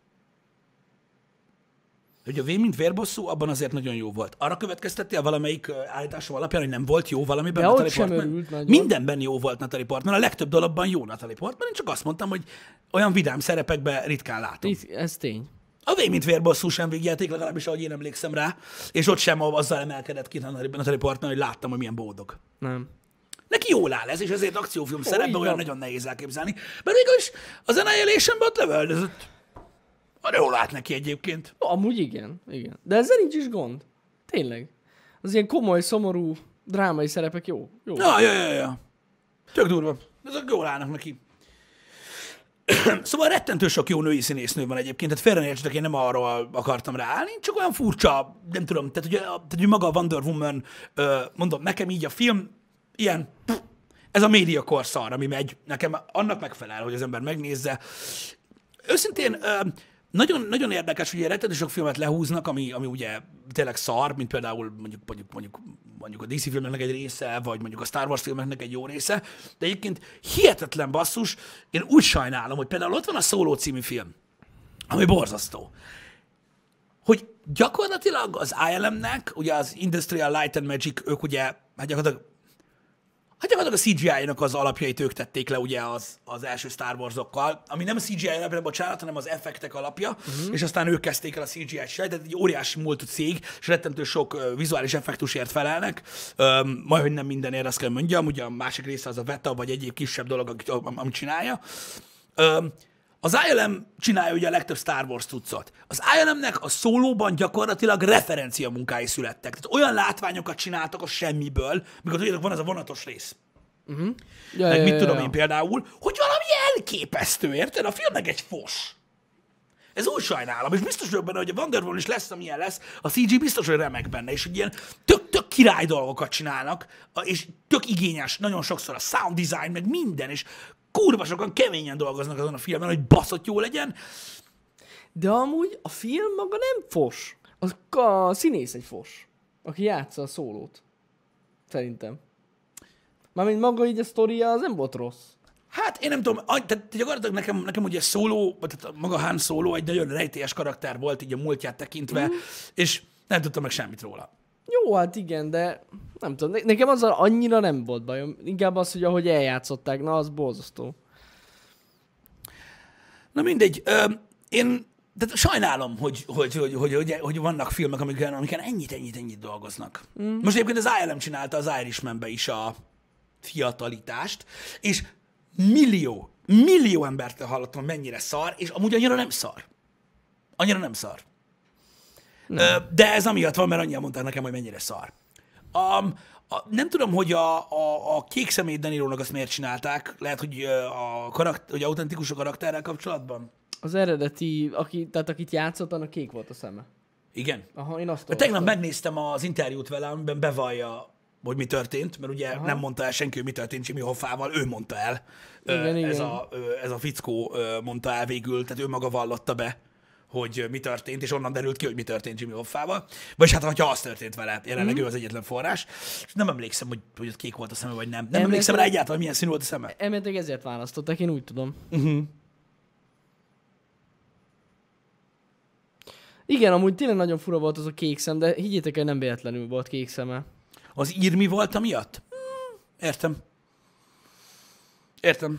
Hogy a V mint vérbosszú, abban azért nagyon jó volt. Arra következtettél valamelyik állításom alapján, hogy nem volt jó valamiben de Natalie ott sem Portman? Örült, nagyon. Mindenben jó volt Natalie Portman, a legtöbb dologban jó Natalie Portman, én csak azt mondtam, hogy olyan vidám szerepekben ritkán látom. Ez tény. A V mint vérbosszú sem végjáték, legalábbis ahogy én emlékszem rá, és ott sem azzal emelkedett ki Natalie Portman, hogy láttam, hogy milyen boldog. Nem. Neki jól áll ez, és ezért akciófilm szerepben olyan nagyon nehéz elképzelni. Mert mégis az Annihilationben ott lövöldözött. Jól állt neki egyébként. Amúgy igen, igen. De ezzel nincs is gond. Tényleg. Az ilyen komoly, szomorú, drámai szerepek jó. jó. Ja, ja, ja, ja. Tök durva. Ezek jól állnak neki. Szóval rettentő sok jó női színésznő van egyébként, tehát félre ne értsetek, én nem arról akartam ráállni, csak olyan furcsa, nem tudom, tehát ugye, tehát, ugye maga a Wonder Woman, mondom, nekem így a film ilyen, ez a médiakor szar, ami megy, nekem annak megfelel, hogy az ember megnézze. Őszintén, nagyon, nagyon érdekes, hogy rettentő sok filmet lehúznak, ami, ami ugye tényleg szar, mint például mondjuk, mondjuk, mondjuk, mondjuk a dé cé filmeknek egy része, vagy mondjuk a Star Wars filmeknek egy jó része, de egyébként hihetetlen basszus, én úgy sajnálom, hogy például ott van a Solo című film, ami borzasztó, hogy gyakorlatilag az I L M-nek, ugye az Industrial Light and Magic, ők ugye, hát gyakorlatilag Hát gyakorlatilag a cé gé í-nak az alapjait ők tették le ugye az, az első Star Wars-okkal, ami nem a cé gé í alapja, bocsánat, hanem az effektek alapja, uh-huh. és aztán ők kezdték el a cé gé í-t se, tehát egy óriási múltú cég, és rettentő sok uh, vizuális effektusért felelnek, um, majd, hogy nem mindenért, azt kell mondjam, ugye a másik része az a Veta, vagy egyéb kisebb dolog, amit csinálja. Um, Az I L M csinálja ugye a legtöbb Star Wars cuccot. Az I L M-nek a szólóban gyakorlatilag referencia munkái születtek. Tehát olyan látványokat csináltak a semmiből, mikor tudjátok, van ez a vonatos rész. Uh-huh. Ja, meg ja, mit ja, tudom ja. én például, hogy valami elképesztő, érted? A filmnek egy fos. Ez úgy sajnálom, és biztos vagyok benne, hogy a Wonder Woman is lesz, amilyen lesz, a cé gé biztos, hogy remek benne, és hogy ilyen tök, tök király dolgokat csinálnak, és tök igényes, nagyon sokszor a sound design, meg minden, és kurva sokan keményen dolgoznak azon a filmen, hogy baszott jó legyen. De amúgy a film maga nem fos. A, a színész egy fos, aki játsza a szólót. Szerintem. Mármint maga így a sztoria az nem volt rossz. Hát én nem tudom, tehát gyakorlatilag nekem, nekem ugye Solo, tehát maga Han Solo egy nagyon rejtélyes karakter volt így a múltját tekintve, mm. és nem tudtam meg semmit róla. Jó, hát igen, de nem tudom, nekem azzal annyira nem volt bajom. Inkább az, hogy ahogy eljátszották, na az borzasztó. Na mindegy, ö, én tehát sajnálom, hogy, hogy, hogy, hogy, hogy, hogy vannak filmek, amiken, amiken ennyit, ennyit, ennyit dolgoznak. Mm. Most egyébként az I L M csinálta az Irishmanbe is a fiatalitást, és millió, millió embertől hallottam, mennyire szar, és amúgy annyira nem szar. Annyira nem szar. Nem. De ez amiatt van, mert annyian mondták nekem, hogy mennyire szar. Um, a, nem tudom, hogy a, a, a kék személy Danirónak azt miért csinálták. Lehet, hogy a karakter, hogy autentikus a karakterrel kapcsolatban. Az eredeti, aki, tehát akit játszott, annak kék volt a szeme. Igen. Aha, én azt Tegnap megnéztem az interjút vele, amiben bevallja, hogy mi történt, mert ugye Aha. nem mondta el senki, hogy mi történt Jimmy Hoffával, ő mondta el. Igen, ez, igen. A, ez a fickó mondta el végül, tehát ő maga vallotta be, hogy mi történt, és onnan derült ki, hogy mi történt Jimmy Hoffával. Vagyis hát, hogyha az történt vele, jelenleg mm. ő az egyetlen forrás. És nem emlékszem, hogy, hogy ott kék volt a szeme, vagy nem. Nem Emlékszem, emlékszem rá egyáltalán, milyen színű volt a szeme. Elméletileg ezért választották, én úgy tudom. Uh-huh. Igen, amúgy tényleg nagyon fura volt az a kék szem, de higgyétek el, nem véletlenül volt kék szeme. Az írmi volt amiatt? Hmm, értem. Értem.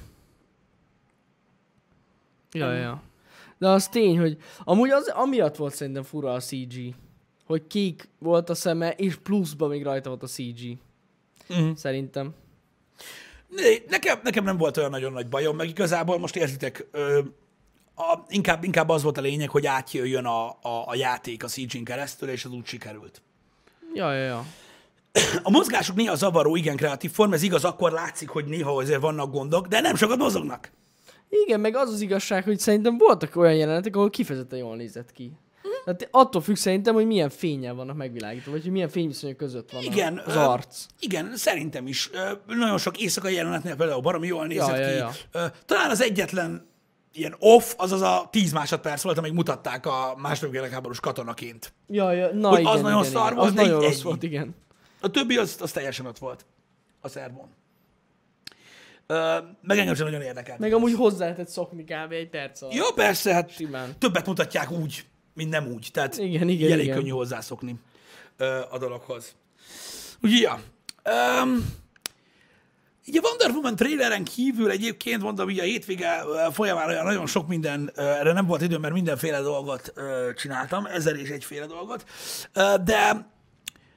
Ja, ja, ja. De az tény, hogy amúgy az amiatt volt szerintem fura a cé gé, hogy kék volt a szeme, és pluszban még rajta volt a cé gé. Mm. Szerintem. Nekem, nekem nem volt olyan nagyon nagy bajom, meg igazából most értitek, ö, a, inkább, inkább az volt a lényeg, hogy átjöjjön a, a, a játék a cé gén keresztül, és az úgy sikerült. Ja, ja, ja. A mozgásuk néha zavaró, igen kreatív form, ez igaz, akkor látszik, hogy néha azért vannak gondok, de nem sokat mozognak. Igen, meg az az igazság, hogy szerintem voltak olyan jelenetek, ahol kifejezetten jól nézett ki. Tehát attól függ szerintem, hogy milyen fénnyel vannak megvilágítva, vagy hogy milyen fényviszonyok között van igen, az arc. Igen, szerintem is. Nagyon sok éjszakai jelenetnél például baromi jól nézett ja, ki. Ja, ja. Talán az egyetlen ilyen off, az az a tíz másodperc volt, amíg mutatták a második világháborús katonaként. Ja, ja, na hogy igen, az nagyon igen, szar igen. volt, az de nagyon egy, rossz volt, igen. A többi az, az teljesen ott volt a szervon. Uh, meg engem sem nagyon érdekelt. Meg amúgy hozzá lehetett szokni kb. Egy perc alatt. Jó, persze, hát simán. Többet mutatják úgy, mint nem úgy. Tehát igen, igen, elég igen. könnyű hozzászokni uh, a dologhoz. Ugye, ja. Um, így a Wonder Woman traileren kívül egyébként, mondom, így a hétvége folyamán olyan nagyon sok minden, uh, erre nem volt időm, mert mindenféle dolgot uh, csináltam, ezer és egyféle dolgot, uh, de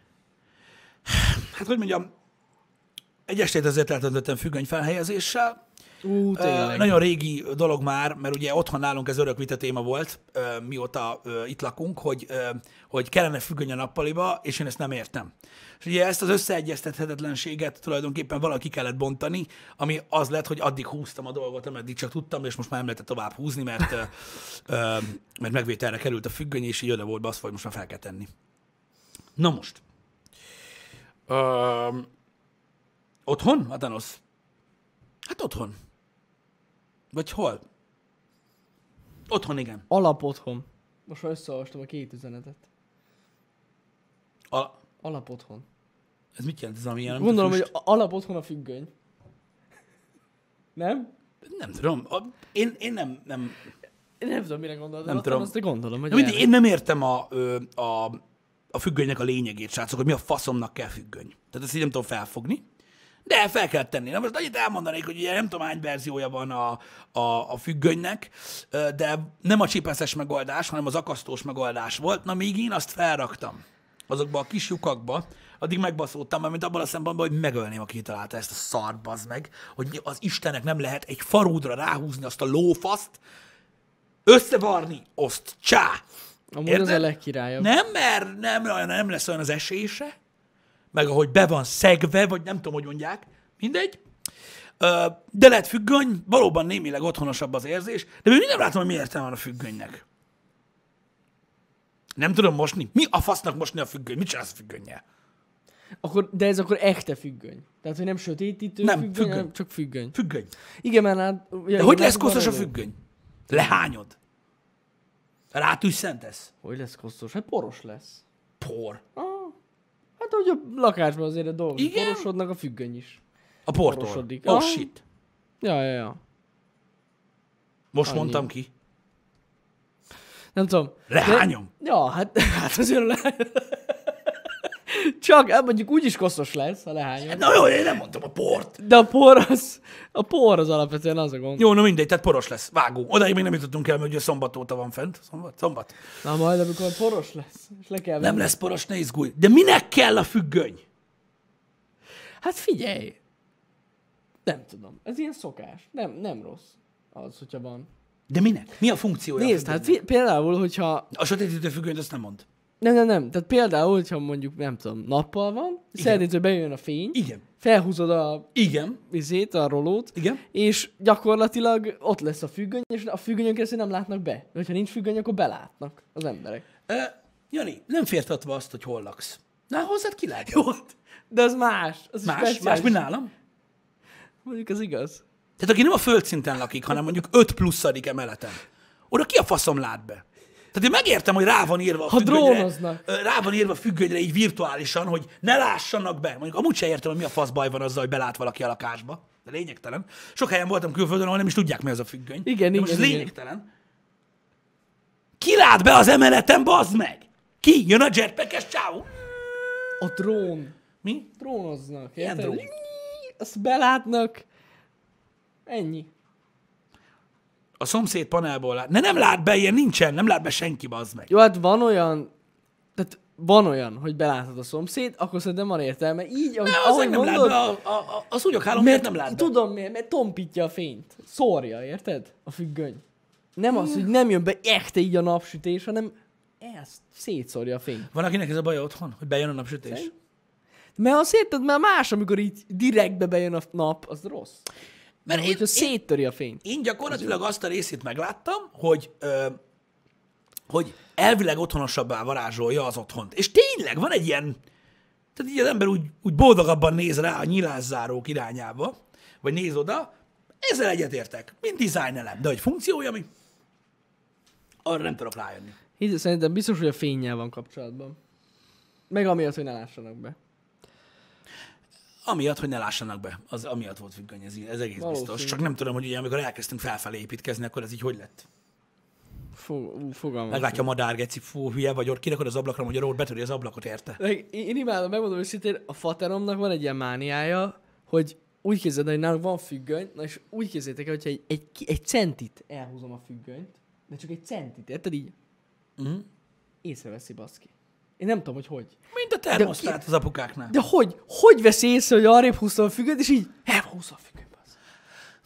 hát hogy mondjam, egy estét azért eltöntöttem függöny felhelyezéssel, Ú, tényleg. Ö, nagyon régi dolog már, mert ugye otthon nálunk ez örök vita téma volt, ö, mióta ö, itt lakunk, hogy, ö, hogy kellene függöny a nappaliba, és én ezt nem értem. És ugye ezt az összeegyeztethetetlenséget tulajdonképpen valaki kellett bontani, ami az lett, hogy addig húztam a dolgot, ameddig csak tudtam, és most már nem lehetett tovább húzni, mert, ö, ö, mert megvételre került a függöny, és így oda volt baszva, hogy most már fel kell tenni. Na most. Ö, otthon, Atanos? Hát otthon. Vagy hol? Otthon, igen. Alap otthon. Most már összeolvastam a két üzenetet. A... Alap otthon. Ez mit jelent ez, ami ilyen? Gondolom, hogy alap otthon a függöny. Nem? Nem tudom. A... Én, én nem... nem... Én nem tudom, mire gondolod. Nem tudom. Azt gondolom, hogy Na, mindig, én nem értem a, a, a függönynek a lényegét, srácok, hogy mi a faszomnak kell függöny. Tehát ezt így nem tudom felfogni. De fel kell tenni. Na most annyit elmondanék, hogy ugye nem tudom hány verziója van a, a, a függönynek, de nem a csipeszes megoldás, hanem az akasztós megoldás volt. Na még én azt felraktam azokba a kis lyukakba, addig megbaszódtam, mert mint abban a szempontból, hogy megölném, aki kitalálta ezt a szart, bazd meg, hogy az Istennek nem lehet egy farúdra ráhúzni azt a lófaszt, összevarni, azt csá! Amúgy Érted? az a legkirályabb. Nem, mert nem, nem lesz olyan az esése, meg ahogy be van szegve, vagy nem tudom, hogy mondják, mindegy. De lehet függöny, valóban némileg otthonosabb az érzés, de még nem látom, hogy mi értelme van a függönynek. Nem tudom mosni. Mi a fasznak mosni a függöny? Mit csinálsz a függönnyel? Akkor, de ez akkor echte függöny. Tehát, hogy nem sötétítő Nem, függöny, függöny. hanem csak függöny. Függöny. Igen, mert hát... Ja, De hogy igen, lesz hát koszos a van függöny? Lehányod. Rátűsszentesz? Hogy lesz koszos? Hát poros lesz. Por. Ah, hát ahogy a lakásban azért a dolgok Igen? porosodnak, a függöny is. A portól. Porosodik. Oh Ah. shit. Ja, ja, ja. Most Annyi. mondtam ki. Nem tudom. Lehányom. De, ja, hát, hát azért le... Csak, hát mondjuk úgyis koszos lesz, ha lehányod. Na jó, én nem mondtam a port. De a por az, a por az alapvetően az a gond. Jó, no mindegy, tehát poros lesz. Vágó. Odaig még nem jutottunk el, mert ugye szombat óta van fent. Szombat? Szombat. Na majd, amikor poros lesz, és le kell Nem venni. lesz poros, ne izgulj. De minek kell a függöny? Hát figyelj! Nem tudom. Ez ilyen szokás. Nem, nem rossz az, hogyha van. De minek? Mi a funkciója? Nézd, a hát függönynek? fi- például, hogyha... A sötétítő függönyt azt nem mond. Nem, nem, nem. Tehát például, hogyha mondjuk, nem tudom, nappal van, szeretnéd, hogy bejön a fény, Igen. felhúzod a Igen. vizét, a rolót, Igen. és gyakorlatilag ott lesz a függöny, és a függönyön keresztül nem látnak be. De hogyha nincs függöny, akkor belátnak az emberek. Uh, Jani, nem fértatva azt, hogy hol laksz. Na, hozzád ki lehet. Jó, de az más. Az Más, speciális. más, mint nálam. Mondjuk az igaz. Tehát aki nem a földszinten lakik, hanem mondjuk öt pluszadik emeleten. Oda ki a faszom lát be? Tehát én megértem, hogy rá van írva a Ha függönyre, drónoznak. ö, rá van írva a függönyre így virtuálisan, hogy ne lássanak be. Mondjuk amúgy se értem, hogy mi a fasz baj van azzal, hogy belát valaki a lakásba. De lényegtelen. Sok helyen voltam külföldön, ahol nem is tudják, mi az a függöny. Igen, De most igen, ez igen. lényegtelen. Ki lát be az emeleten, bazd meg? Ki? Jön a jetpackes csávó? A drón. Mi? Drónoznak. Milyen érted? drón? Azt belátnak. Ennyi. A szomszéd panelból lát. Ne, nem lát be, ilyen nincsen, nem lát be senki, bazd meg. Jó, hát van olyan, tehát van olyan, hogy belátod a szomszéd, akkor szerintem van értelme. Így, ahogy, Ne, az ahogy meg nem mondod, lát be, a, a, a, a szúnyogháló miért nem lát be? tudom miért, mert tompítja a fényt. Szórja, érted? A függöny. Nem az, hogy nem jön be echte így a napsütés, hanem ezt szétszórja a fényt. Van, akinek ez a baj otthon, hogy bejön a napsütés? Szerint? Mert azt érted, mert más, amikor így direktbe bejön a nap, az rossz. Mert Mert én, hogyha én, széttöri a fényt. én gyakorlatilag azt a részét megláttam, hogy, ö, hogy elvileg otthonosabbá varázsolja az otthont. És tényleg van egy ilyen, tehát így az ember úgy, úgy boldogabban néz rá a nyilászárók irányába, vagy néz oda, ezzel egyetértek, mint design elem, de hogy funkciója mi? Arra nem tudok rájönni. Hidd, szerintem biztos, hogy a fénnyel van kapcsolatban. Meg amiatt, hogy ne lássanak be. Amiatt, hogy ne lássanak be, az amiatt volt függöny, ez, ez egész Valószínű. biztos. Csak nem tudom, hogy ugye amikor elkezdtünk felfelé építkezni, akkor ez így hogy lett. Fog, ú, fogalmam. Meglátja a madár, geci, fú, hülye vagy, ott kirakod az ablakra, hogy a rót betöri az ablakot, érte? Meg Én én imádom, megmondom őszintén, a fateromnak van egy ilyen mániája, hogy úgy képzeld, hogy nálunk van függöny, na és úgy képzeljétek el, hogyha egy, egy, egy centit elhúzom a függönyt, de csak egy centit, érted így? Uh-huh. Észreveszi, baszki. Én nem tudom, hogy hogy. Mint a termosztát az apukáknál. De hogy? Hogy veszi észre, hogy arrébb húztam a függönyt, és így elhúzza a függönyt, bassz.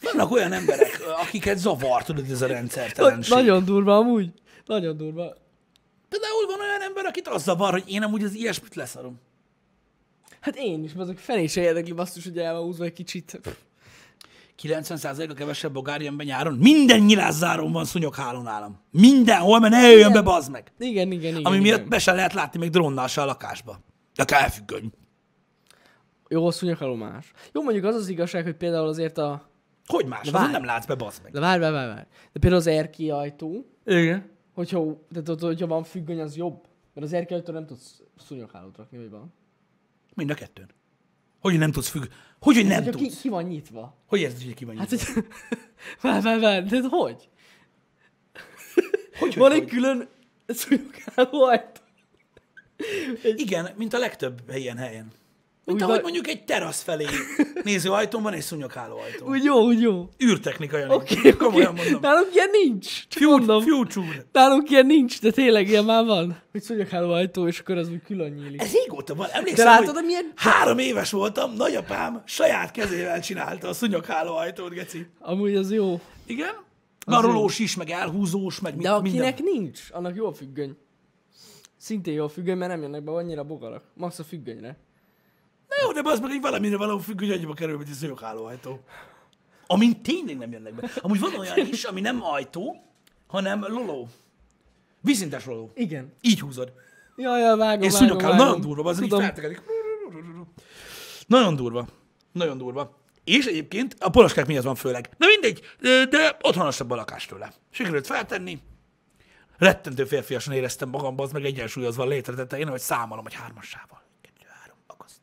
Vannak olyan emberek, akiket zavar, tudod, ez a rendszertelenség. Nagyon durva amúgy. Nagyon durva. Például van olyan ember, akit az zavar, hogy én amúgy az ilyesmit leszarom. Hát én is, azok fené se érdekli basszus, hogy el van húzva egy kicsit. kilencven százaléka kevesebb bogár jön be nyáron. Minden nyilászáron van szúnyogháló nálam. Mindenhol, mert ne jöjjön be, bazd meg. Igen, igen, igen. Ami igen. miatt be se lehet látni még drónnal se a lakásba. De kell elfüggöny. Jó, a szúnyoghaló más. Jó, mondjuk az az igazság, hogy például azért a... Hogy más? várj. Azon nem látsz be, bazd meg. De várj, várj, várj, várj. De például az erkély ajtó, Igen. hogyha, tehát ott, hogyha van függöny, az jobb. Mert az erkély ajtó nem tudsz szúnyoghálót rakni, vagy van. Mind a kettőn. Hogy nem tudsz függ... Hogy, hogy nem Hogyha ki, tudsz? ki van nyitva. Hogy érzed, hogy ki van Hát, nyitva? hogy... várj, várj, várj, de hogy? Hogy, Van hogy, egy külön szúnyogháló ajtó. Igen, mint a legtöbb helyen helyen. Mint Úgy ahogy van- mondjuk egy terasz felé néző ajtón van egy szúnyogháló ajtó. Úgy jó, úgy jó. Űrtechnika, Jani. Oké, okay, Komolyan oké. mondom. Nálunk ilyen nincs. Csak Future. mondom. Future. Nálunk ilyen nincs, de tényleg ilyen már van. Hogy szúnyogháló ajtó, és akkor az úgy külön nyílik. Ez régóta van. De Emlékszem, látod, hogy milyen... három éves voltam, nagyapám saját kezével csinálta a szúnyogháló ajtót, geci. Amúgy az jó. Igen? Narolós is, meg elhúzós, meg De mit, akinek minden. nincs, annak jó a függöny. Szintén jó a függöny, mert nem jönnek be annyira bogarak. Max a függönyre. Na jó, de az meg egy valamire való függ, hogy annyiba kerül, mint egy szúnyogháló ajtó. Amin tényleg nem jönnek be. Amúgy van olyan is, ami nem ajtó, hanem loló. Vízszintes loló. Igen. Így húzod. Jaj, jaj, vágom, És vágom, szúnyogháló. vágom. Nagyon durva, az így Tudom. feltekedik. Nagyon durva. Nagyon durva. És egyébként a poloskák miatt van főleg. Na mindegy, de otthonosabb a lakás tőle. Sikerült feltenni. Rettentő férfiasan éreztem magam, az meg egyensúlyozva létre tetején, hogy számolom, hogy hármassával. Kettő, három, akaszt.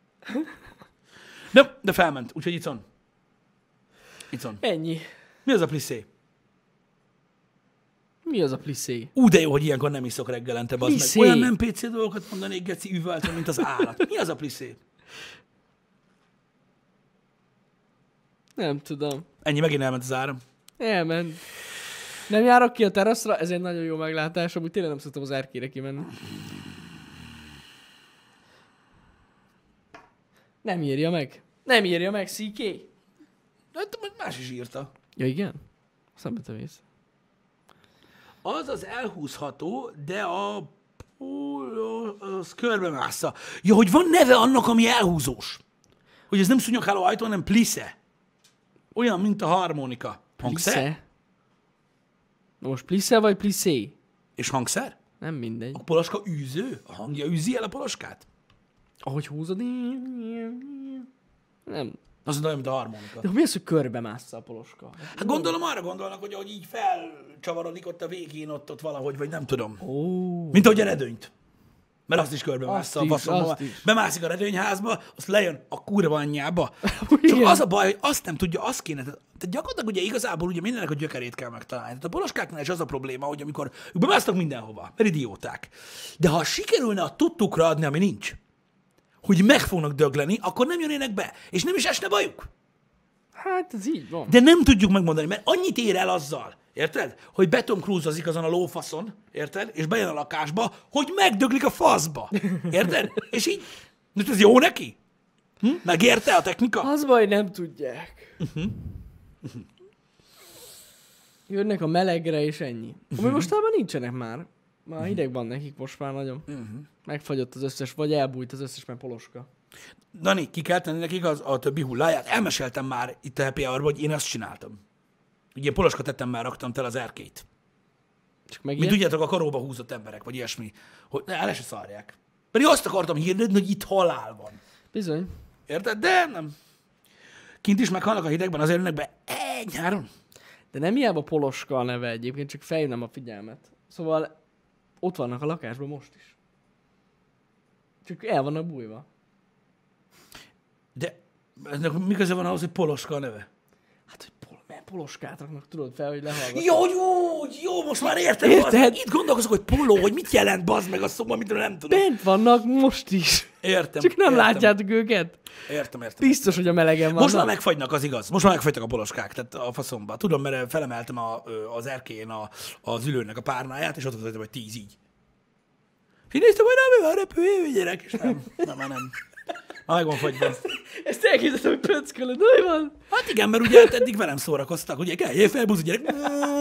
De, de felment, úgyhogy itt van. Itt van. Ennyi. Mi az a pliszé? Mi az a pliszé? Ú, de jó, hogy ilyenkor nem iszok reggelente, bazd meg. Pliszé. Olyan nem pé cé dolgokat mondanék, geci, üvöltve, mint az állat. Mi az a pliszé? Nem tudom. Ennyi, megint elment az áram. Elment. Nem járok ki a teraszra, ez egy nagyon jó meglátás, amúgy tényleg nem szoktam az erkére kimenni. Nem írja meg. Nem írja meg, cé ká. Hát más is írta. Ja igen? Szembe te mész. Az az elhúzható, de a póló, az körbe másza. Ja, hogy van neve annak, ami elhúzós. Hogy ez nem szúnyogháló ajtó, hanem plisze. Olyan, mint a harmonika. Hangszer? Plisze? Na most plisze vagy pliszé? És hangszer? Nem mindegy. A poloska űző? A hangja űzi el a poloskát? Ahogy húzod... Nem. Az olyan, mint a harmonika. De mi az, hogy körbe mássza a poloska? Hát gondolom arra gondolnak, hogy ahogy így felcsavarodik ott a végén, ott, ott valahogy, vagy nem tudom. Ó. Mint ahogy a redőnyt. Mert azt is körbe Azt mássza a is, faszomba. azt is. Bemászik a redőnyházba, azt lejön a kurva anyjába. Csak Igen. az a baj, hogy azt nem tudja, azt kéne. Tehát gyakorlatilag ugye igazából ugye mindennek a gyökerét kell megtalálni. Tehát a poloskáknál is az a probléma, hogy amikor ők bemásznak mindenhova, mert idióták. De ha sikerülne a tudtukra adni, ami nincs, hogy meg fognak dögleni, akkor nem jönnének be. És nem is esne bajuk. Hát ez így van. De nem tudjuk megmondani, mert annyit ér el azzal, érted? Hogy Beton Cruise-ozik azon a lófaszon, érted? És bejön a lakásba, hogy megdöglik a faszba. Érted? És így, de ez jó neki? Hm? Megérte a technika? Az baj, nem tudják. Jönnek a melegre, és ennyi. Ami mostában nincsenek már. Már hideg van nekik most már nagyon. Megfagyott az összes, vagy elbújt az összes, mert poloska. Dani, ki kell tenni nekik az, a többi hulláját. Elmeséltem már itt a Happy Hour-ban, hogy én azt csináltam. Ugye poloska tetemmel raktam tel az erkélyt. Csak meg Mint ilyen... tudjátok, a karóba húzott emberek, vagy ilyesmi. Hogy ne, el se szarják. Pedig azt akartam hirdetni, hogy itt halál van. Bizony. Érted? De nem. Kint is meghalnak a hidegben, azért jönnek be egy nyáron. De nem hiába poloska a neve egyébként, csak felhívnám a figyelmet. Szóval ott vannak a lakásban most is. Csak el vannak bújva. De ennek mi köze van ahhoz, hogy poloska a neve? Hát, hogy pol- mert poloskát raknak, tudod, fel, hogy lehallgat. Jó, jó, jó, most már értem. Érted? Érted? Itt gondolkozok, hogy poló, hogy mit jelent, bazd meg a szó, amit nem tudom. Bent vannak most is. Értem. Csak nem értem, látjátok őket. Értem, értem. Biztos, hogy a melegen vannak. Most már megfagynak, az igaz. Most már megfagytak a poloskák, tehát a faszomba. Tudom, mert felemeltem a, az erkélyen a, az ülőnek a párnáját, és ott volt, hogy tíz így. És így néztem, hogy nem, mi van, repülj, gyerek, és nem, nem, már nem. Ha meg van fogyva. Ezt elképzeltem, hogy pöckölöd, hogy van? Hát igen, mert ugye eddig velem szórakoztak, ugye kelljél fel, buzi gyerek.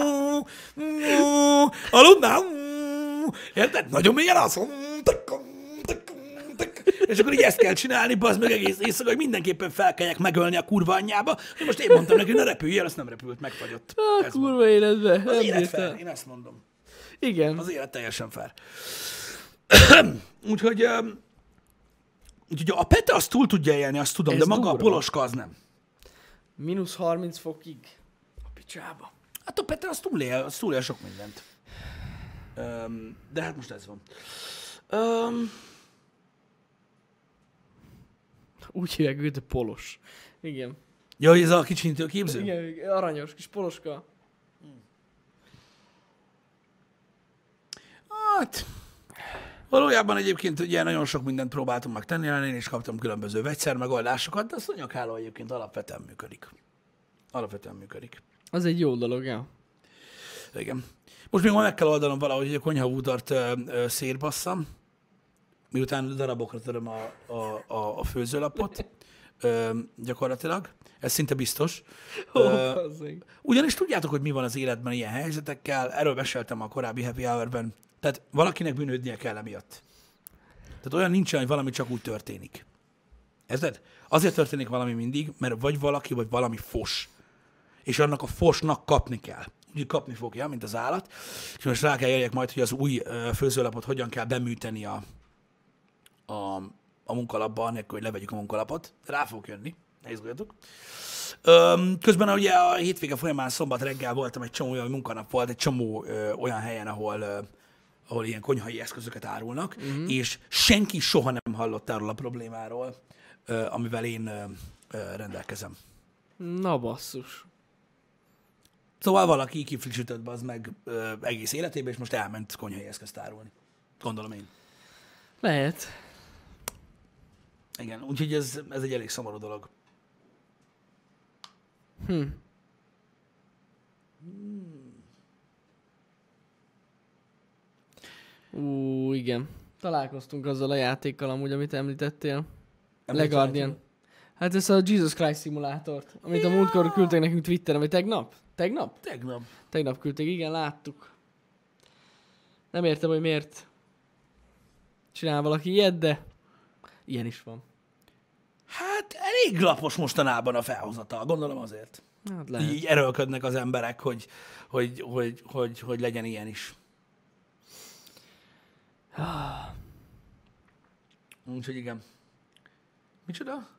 Aludnál? Érted? Nagyon mélyen alszom. És akkor így ezt kell csinálni, bazd meg egész éjszaka, hogy mindenképpen felkeljek megölni a kurva anyjába. Hogy most én mondtam neki, hogy ne repüljél, azt nem repült, megfagyott. Ah, Ez kurva van. életbe. Az Nem élet bírtam. fair, én ezt mondom. Igen. Az élet teljesen fair. Úgyhogy, öm, úgyhogy a Pete azt túl tudja élni, azt tudom, Ez de maga durva. a Poloska az nem. Mínusz harminc fokig. A picsába. Hát a Pete az túlél, az túlél sok mindent. Öm, de hát most ez van. Öm, Úgy hívják őt, a polos. Igen. ja, hogy ez a kicsintő képző? Igen, aranyos kis poloska. Hát, valójában egyébként ugye nagyon sok mindent próbáltunk meg tenni, én is kaptam különböző vegyszermegoldásokat, de a szonyagháló egyébként alapvetően működik. Alapvetően működik. Az egy jó dolog, ja. Igen. Most még ma meg kell oldanom valahogy, hogy a konyhabútart ö, ö, szétbasszam, miután darabokra töröm a, a, a, a főzőlapot, ö, gyakorlatilag. Ez szinte biztos. Ó, Ö, bazzeg. Ugyanis tudjátok, hogy mi van az életben ilyen helyzetekkel, erről meséltem a korábbi Happy Hour-ben. Tehát valakinek bűnődnie kell emiatt. Tehát olyan nincsen, hogy valami csak úgy történik. Érted? Azért történik valami mindig, mert vagy valaki, vagy valami fos. És annak a fosnak kapni kell. Úgy kapni fogja, mint az állat. És most rá kell jöjjek majd, hogy az új ö, főzőlapot hogyan kell beműteni a, a, a munkalapba, anélkül, hogy levegyük a munkalapot. Rá fog jönni. Ne izguljatok. Öm, közben ugye a hétvége folyamán szombat reggel voltam, egy csomó olyan munkanap volt, egy csomó ö, olyan helyen, ahol, ö, ahol ilyen konyhai eszközöket árulnak, uh-huh. és senki soha nem hallott arról a problémáról, ö, amivel én ö, ö, rendelkezem. Na basszus. Szóval valaki kifrissített be az meg ö, egész életében, és most elment konyhai eszközt árulni. Gondolom én. Lehet. Igen, úgyhogy ez, ez egy elég szomorú dolog. Hm. Ú, igen. Találkoztunk azzal a játékkal amúgy, amit említettél. Leguardian. Hát ez a Jesus Christ szimulátort, amit a múltkor küldtek nekünk Twitteren, vagy tegnap? Tegnap? Tegnap. Tegnap küldték, igen, láttuk. Nem értem, hogy miért csinál valaki ilyet, de ilyen is van. Hát elég lapos mostanában a felhozatal, gondolom azért. Hát lehet. Így erőlködnek az emberek, hogy, hogy, hogy, hogy, hogy legyen ilyen is. Úgyhogy igen. Micsoda?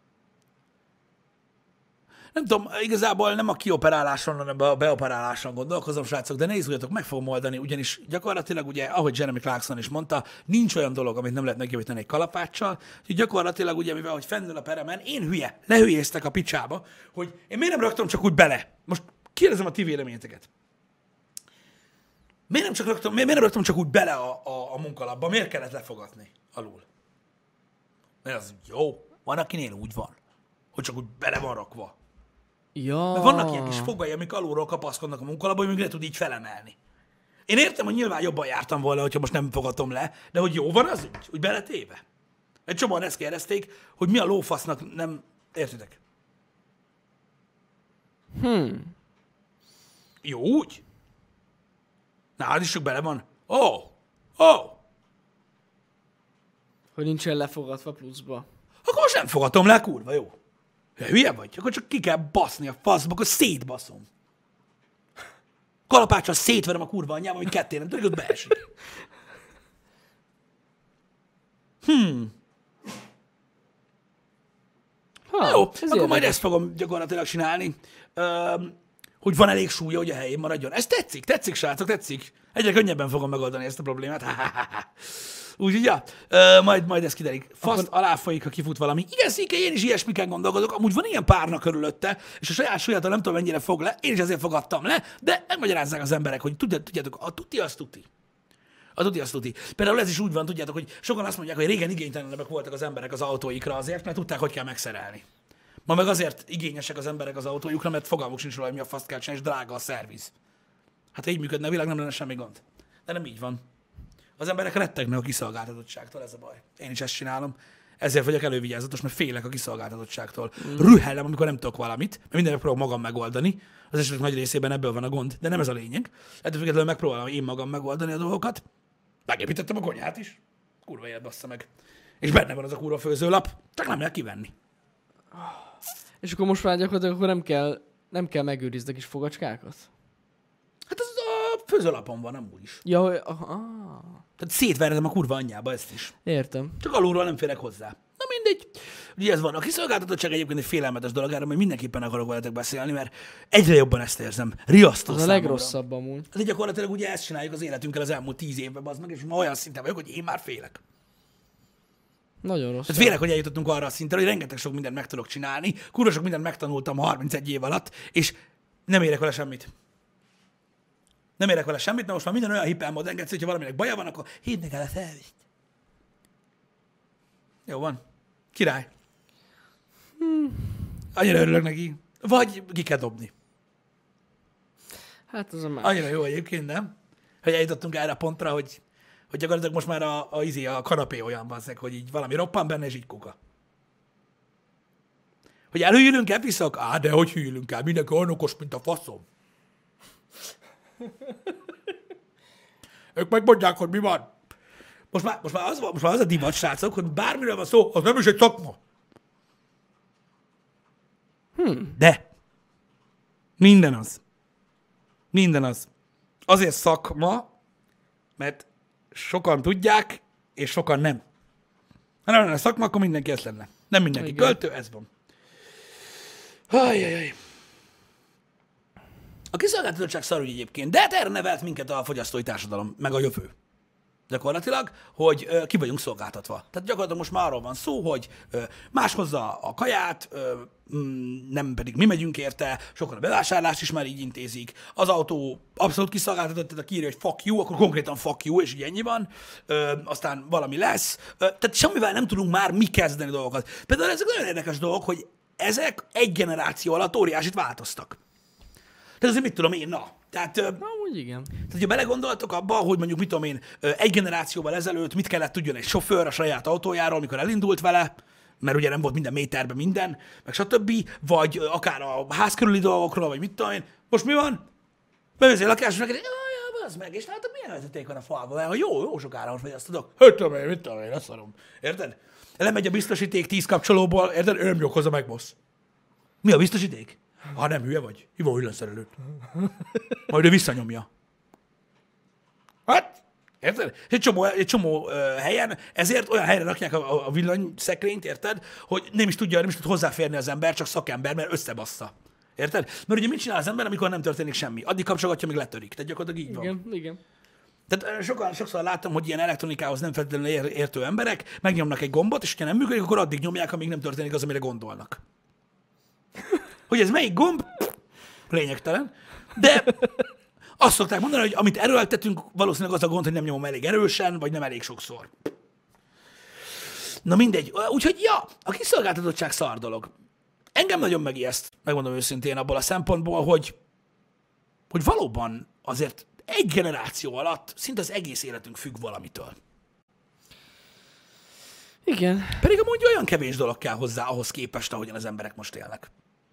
Nem tudom, igazából nem a kioperáláson, hanem a beoperáláson gondolkozom, srácok, de ne izguljatok, meg fogom oldani, ugyanis gyakorlatilag ugye, ahogy Jeremy Clarkson is mondta, nincs olyan dolog, amit nem lehet megjavítani egy kalapáccsal, hogy gyakorlatilag ugye, mivel hogy fennül a peremen, én hülye, lehülyéztek a picsába, hogy én miért nem raktam csak úgy bele. Most kérdezem a ti véleményeteket. Miért nem, csak raktam, miért nem raktam csak úgy bele a, a, a munkalapba? Miért kellett lefogatni alul? Mert az jó. Van, akinél úgy van, hogy csak úgy bele van rakva. Ja. Mert vannak ilyen kis fogai, amik alulról kapaszkodnak a munkalapba, hogy még le tud így felemelni. Én értem, hogy nyilván jobban jártam volna, hogyha most nem fogatom le, de hogy jó van az úgy, úgy beletéve. Egy csomóan ezt kérdezték, hogy mi a lófasznak nem... Értitek? Hmm. Jó úgy? Nálad is csak bele van. Ó! Oh. Ó! Oh. Hogy nincsen lefogatva pluszba. Akkor most nem fogatom le, kurva jó. Hülye vagy? Akkor csak ki kell baszni a faszba, akkor szétbaszom. Kalapáccsal szétverem a kurva anyjám, amit ketté nem tudjuk, ott beesik. Hmm. Ha, Jó, ez akkor majd érdekes. ezt fogom gyakorlatilag csinálni, Öm, hogy van elég súlya, hogy a helyén maradjon. Ez tetszik, tetszik, srácok, tetszik. Egyre könnyebben fogom megoldani ezt a problémát. Úgyhogy, ja, ö, majd, majd ez kiderik. Faszt Akkor... alá folyik, ha kifut valami. Igen, Széke, én is ilyesmiken gondolkodok. Amúgy van ilyen párna körülötte, és a saját súlyától nem tudom, mennyire fog le. Én is ezért fogadtam le, de megmagyarázzák az emberek, hogy tudjátok, tudjátok a tuti az tuti. A tuti az tuti. Például ez is úgy van, tudjátok, hogy sokan azt mondják, hogy régen igénytelenebbek voltak az emberek az autóikra azért, mert tudták, hogy kell megszerelni. Ma meg azért igényesek az emberek az autójukra, mert fogalmuk sincs róla, hogy mi a faszt kell csinálni, és drága a szerviz. Hát ha így működne a világ, nem lenne semmi gond. De nem így van. Az emberek rettegnek a kiszolgáltatottságtól, ez a baj. Én is ezt csinálom. Ezért vagyok elővigyázatos, mert félek a kiszolgáltatottságtól. Mm. Rühellem, amikor nem tudok valamit, mert minden megpróbálom magam megoldani. Az esetek nagy részében ebből van a gond, de nem ez a lényeg. Ettől függetlenül megpróbálom én magam megoldani a dolgokat. Megépítettem a konyhát is. Kurva élet bassza meg. És benne van az a kurva főzőlap, csak nem lehet kivenni. És akkor most már gyakorlatilag akkor nem kell, nem kell megőrizni a kis fogacskákat? Hát ez a főzőlapon van, amúgy is. Ja, hogy... Aha. Tehát szétverem a kurva anyjába ezt is. Értem. Csak alulról nem férek hozzá. Na mindegy. Ugye ez van. A kiszolgáltatottság egyébként egy félelmetes dolog, erről majd mindenképpen akarok veletek beszélni, mert egyre jobban ezt érzem. Riasztó Az számomra. a legrosszabb amúgy. De gyakorlatilag ugye ezt csináljuk az életünkkel az elmúlt tíz évben, az meg, és ma olyan szinten vagyok, hogy én már félek. Nagyon rossz. Tehát félek, hogy eljutottunk arra a szintre, hogy rengeteg sok mindent meg tudok csinálni, kurva sok mindent megtanultam harmincegy év alatt, és nem érek vele semmit. Nem érek vele semmit, mert most már minden olyan hipermoderngetsz, hogyha valaminek baja van, akkor hívd meg el a felvést. Jó van. Király. Hmm. Annyira örülök neki. Vagy ki kell dobni. Hát az a más. Annyira jó egyébként, nem? Hogy eljutottunk erre a pontra, hogy, hogy gyakorlatilag most már a, a, a, a kanapé olyan bazzeg, hogy így valami roppan benne, és így kuka. Hogy előjülünk episzak? Á, de hogy hűlünk el? Mindenki olyan okos, mint a faszom. Ők megmondják, hogy mi van. Most már, most már, az, most már az a divat, srácok, hogy bármiről van szó, az nem is egy szakma. Hmm. De. Minden az. Minden az. Azért szakma, mert sokan tudják, és sokan nem. Ha nem lenne szakma, akkor mindenki ez lenne. Nem mindenki igen. Költő, ez van. Ajjajjaj. A kiszolgáltatottság szarügy egyébként, de hát erre nevelt minket a fogyasztói társadalom, meg a jövő. Gyakorlatilag, hogy ö, ki vagyunk szolgáltatva. Tehát gyakorlatilag most már arról van szó, hogy ö, más hozza a kaját, ö, mm, nem pedig mi megyünk érte, sokan a bevásárlást is már így intézik. Az autó abszolút kiszolgáltatott, tehát aki írja, hogy fuck you, akkor konkrétan fuck you, és így ennyi van. Ö, aztán valami lesz. Ö, tehát semmivel nem tudunk már mi kezdeni dolgokat. Például ezek nagyon érdekes dolgok, hogy ezek egy generáció alatt óriásit változtak. Tehát azért mit tudom én, na. Tehát, na, úgy igen. Tehát, hogyha belegondoltok abba, hogy mondjuk, mit tudom én, egy generációval ezelőtt mit kellett tudjon egy sofőr a saját autójáról, amikor elindult vele, mert ugye nem volt minden méterben minden, meg stb., vagy akár a ház körüli dolgokról, vagy mit tudom én. Most mi van? Bemész egy lakásra, és neked, jaj, az meg, és látom, milyen vezeték van a falban, mert jó, jó sok áramot vagy, azt tudok. Hát tudom én, mit tudom én, azt szarom. Érted? Lemegy a biztosíték tíz kapcsolóból, érted? Ő nem joghoz a megbosz. Mi a biztosíték? Ha nem hülye vagy, hívó villanyszerelőt. Majd ő visszanyomja. Hát, érted? Egy csomó, egy csomó uh, helyen, ezért olyan helyre rakják a, a villanyszekrényt, érted? Hogy nem is tudja, nem is tud hozzáférni az ember, csak szakember, mert összebassza. Érted? Mert ugye mit csinál az ember, amikor nem történik semmi? Addig kapcsolgatja, míg letörik. Tehát gyakorlatilag így van. Igen, igen. Tehát sokan, sokszor láttam, hogy ilyen elektronikához nem feltétlenül ér, értő emberek megnyomnak egy gombot, és ha nem működik, akkor addig nyomják, amíg nem történik az, amire gondolnak. Hogy ez melyik gomb? Lényegtelen. De azt szokták mondani, hogy amit erőltetünk, valószínűleg az a gond, hogy nem nyomom elég erősen, vagy nem elég sokszor. Na mindegy. Úgyhogy ja, a kiszolgáltatottság szar dolog. Engem nagyon megijeszt, megmondom őszintén abból a szempontból, hogy, hogy valóban azért egy generáció alatt szinte az egész életünk függ valamitől. Igen. Pedig amúgy olyan kevés dolog kell hozzá ahhoz képest, ahogyan az emberek most élnek.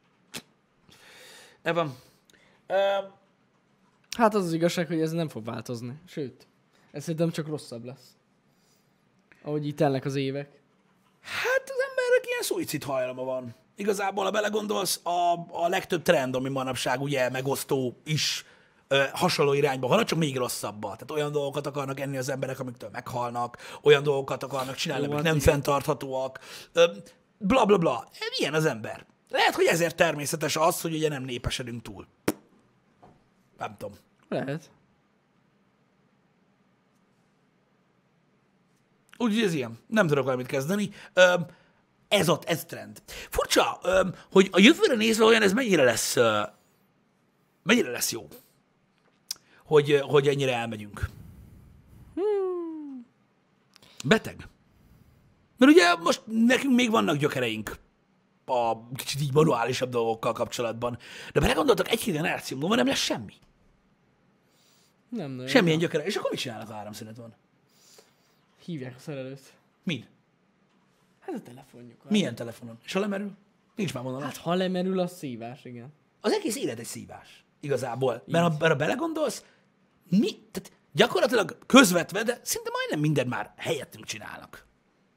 De van. Uh, Hát az az igazság, hogy ez nem fog változni. Sőt, ez szerintem csak rosszabb lesz. Ahogy így telnek az évek. Hát az embernek ilyen szuicid hajlama van. Igazából, ha belegondolsz, a, a legtöbb trend, ami manapság ugye megosztó is ö, hasonló irányba halad, csak még rosszabba. Tehát olyan dolgokat akarnak enni az emberek, amiktől meghalnak, olyan dolgokat akarnak csinálni, amik nem igen. fenntarthatóak. Ö, bla, bla, bla. Ilyen az ember. Lehet, hogy ezért természetes az, hogy ugye nem népesedünk túl. Nem tudom. Lehet. Úgyhogy ez ilyen. Nem tudok valamit kezdeni. Ez ott, ez trend. Furcsa, hogy a jövőre nézve olyan, ez mennyire lesz, mennyire lesz jó, hogy, hogy ennyire elmegyünk. Hmm. Beteg. Mert ugye most nekünk még vannak gyökereink a kicsit így manuálisabb dolgokkal kapcsolatban. De belegondoltak, egy generáció múlva nem lesz semmi. Nem, nem. Semmilyen gyökere. És akkor mit csinálnak, ha áramszünet van? Hívják a szerelőt. Mind? Hát a telefonjuk. Milyen telefonon? És ha lemerül? Nincs már mondanom. Hát ha lemerül, a szívás, igen. Az egész élet egy szívás. Igazából. Mert ha, mert ha belegondolsz, mi, tehát gyakorlatilag közvetve, de szinte majdnem minden már helyettünk csinálnak.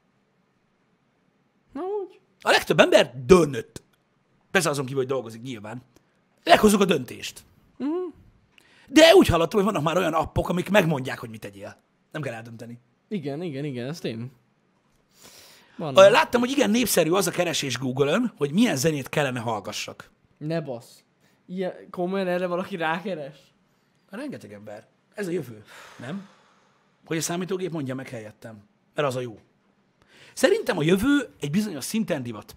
Na úgy. A legtöbb ember döntött. Persze azon kívül, hogy dolgozik nyilván. Meghozzuk a döntést. Uh-huh. De úgy hallottam, hogy vannak már olyan appok, amik megmondják, hogy mit tegyél. Nem kell eldönteni. Igen, igen, igen, ezt én. Van. Láttam, hogy igen népszerű az a keresés Google-ön, hogy milyen zenét kellene hallgassak. Ne bassz. Ilyen, komolyan erre valaki rákeres? Rengeteg ember. Ez a jövő, nem? Hogy a számítógép mondja meg helyettem. Mert az a jó. Szerintem a jövő egy bizonyos szinten divat.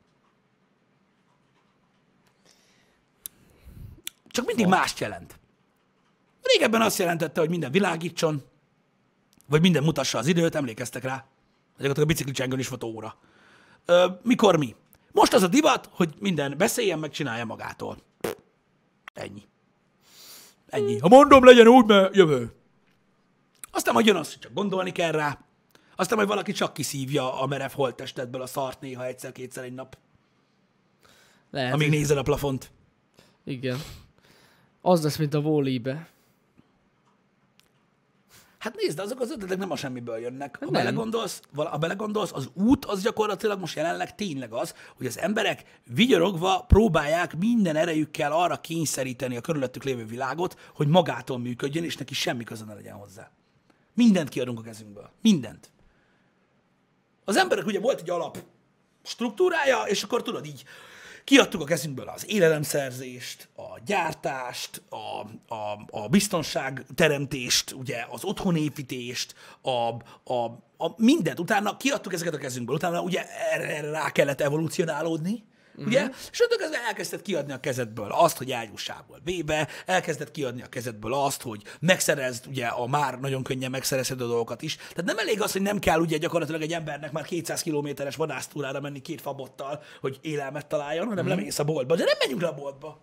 Csak mindig mást jelent. Régebben azt jelentette, hogy minden világítson, vagy minden mutassa az időt, emlékeztek rá. Gyakorlatilag a biciklicsengőn is volt óra. Ö, mikor mi? Most az a divat, hogy minden beszéljen, meg csinálja magától. Ennyi. Ennyi. Ha mondom, legyen úgy, mert jövő. Aztán majd jön az, hogy csak gondolni kell rá. Aztán majd valaki csak kiszívja a merev holttestedből a szart néha egyszer-kétszer egy nap. Lehet. Amíg nézel a plafont. Igen. Az lesz, mint a Wall-E-be. Hát nézd, azok az ötletek nem a semmiből jönnek. Ha Nem. belegondolsz, vala- ha belegondolsz, az út az gyakorlatilag most jelenleg tényleg az, hogy az emberek vigyorogva próbálják minden erejükkel arra kényszeríteni a körülöttük lévő világot, hogy magától működjön, és neki semmi köze ne legyen hozzá. Mindent kiadunk a kezünkből. Mindent. Az emberek ugye volt egy alap struktúrája, és akkor tudod így, kiadtuk a kezünkből az élelemszerzést, a gyártást, a, a, a biztonságteremtést, ugye az otthonépítést, a, a, a mindent. Utána kiadtuk ezeket a kezünkből, utána ugye erre, erre rá kellett evolúcionálódni, uh-huh. ugye? És onnantól kezdve elkezdett kiadni a kezedből azt, hogy ágyúsából vébe, elkezdett kiadni a kezedből azt, hogy megszerezd ugye a már nagyon könnyen megszerezhető dolgokat is. Tehát nem elég az, hogy nem kell ugye gyakorlatilag egy embernek már kétszáz kilométeres vadásztúrára menni két fabottal, hogy élelmet találjon, hanem uh-huh. lemész a boltba. De nem megyünk le a boltba.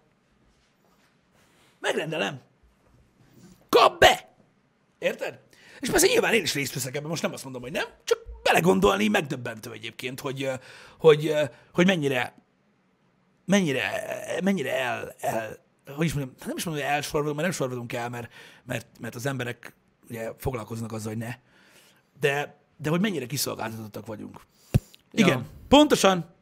Megrendelem. Kap be! Érted? És persze nyilván én is részt veszek ebben, most nem azt mondom, hogy nem, csak belegondolni megdöbbentő egyébként, hogy, hogy, hogy mennyire mennyire, mennyire el, el hogy is mondjam, nem is mondom, hogy elsorvadunk, mert nem sorvadunk el, mert, mert, mert az emberek ugye foglalkoznak azzal, hogy ne, de, de hogy mennyire kiszolgáltatottak vagyunk. Igen, ja. Pontosan.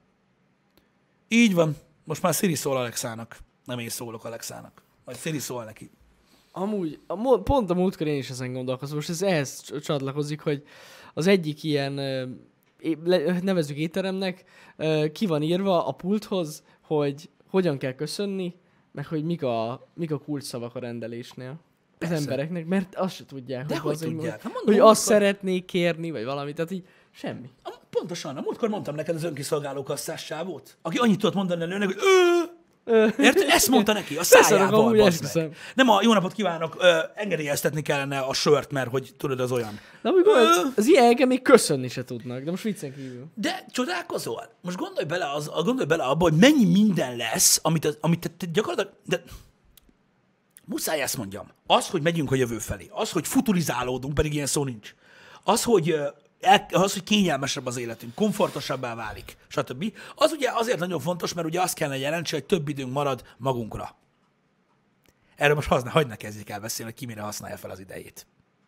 Így van. Most már Siri szól Alexának. Nem én szólok Alexának. Majd Siri szól neki. Amúgy, a, pont a múltkor én is ezen gondolkozom. Most ez ehhez csatlakozik, hogy az egyik ilyen, nevezzük étteremnek, ki van írva a pulthoz, hogy hogyan kell köszönni, meg hogy mik a, mik a kulcsszavak a rendelésnél. Persze. Az embereknek, mert azt se tudják. De hogy, hogy tudják? Hogy, mondom, hogy múltkor... azt szeretnék kérni, vagy valami, tehát így semmi. Pontosan, a múltkor mondtam neked az önkiszolgáló kasszás sávót, aki annyit tudott mondani a nőnek, hogy ő... Érted? Ezt mondta neki, a szájával, bazd meg. Nem a jó napot kívánok, ö, engedélyeztetni kellene a sört, mert hogy tudod, az olyan. Na, amikor ö... az, az ilyenekkel még köszönni se tudnak, de most viccen kívül. De csodálkozol? Most gondolj bele, az, gondolj bele abba, hogy mennyi minden lesz, amit, az, amit te gyakorlatilag... De... Muszáj ezt mondjam. Az, hogy megyünk a jövő felé, az, hogy futurizálódunk, pedig ilyen szó nincs. Az, hogy... El, az, hogy kényelmesebb az életünk, komfortosabbá válik, stb. Az ugye azért nagyon fontos, mert ugye azt kellene jelentse, hogy több időnk marad magunkra. Erről most használ, hagyd ne kezdjék el beszélni, hogy ki mire használja fel az idejét.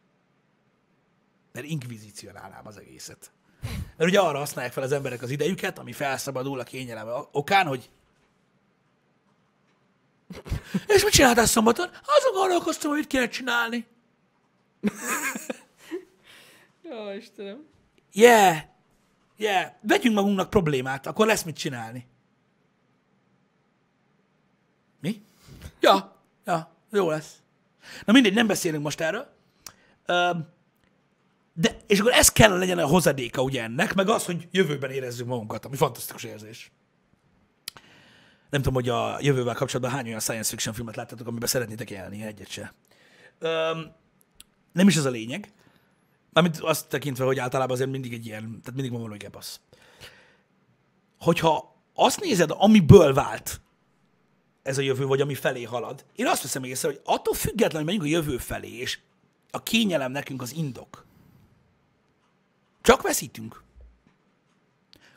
Mert inkvizícionálnám az egészet. Mert ugye arra használják fel az emberek az idejüket, ami felszabadul a kényelem okán, hogy és mit csináltál szombaton? Azon gondolkoztam, hogy mit kéne csinálni. Jó, Istenem. Yeah, yeah. Vegyünk magunknak problémát, akkor lesz mit csinálni. Mi? Ja, ja, jó lesz. Na mindegy, nem beszélünk most erről. De, és akkor ez kell legyen a hozadéka ugye ennek, meg az, hogy jövőben érezzük magunkat, ami fantasztikus érzés. Nem tudom, hogy a jövővel kapcsolatban hány olyan science fiction filmet láttatok, amiben szeretnétek élni, egyet se. Nem is ez a lényeg. Mármint azt tekintve, hogy általában azért mindig egy ilyen, tehát mindig van valami gebasz. Hogyha azt nézed, amiből vált ez a jövő, vagy ami felé halad, én azt veszem észre, hogy attól függetlenül, hogy megyünk a jövő felé, és a kényelem nekünk az indok. Csak veszítünk.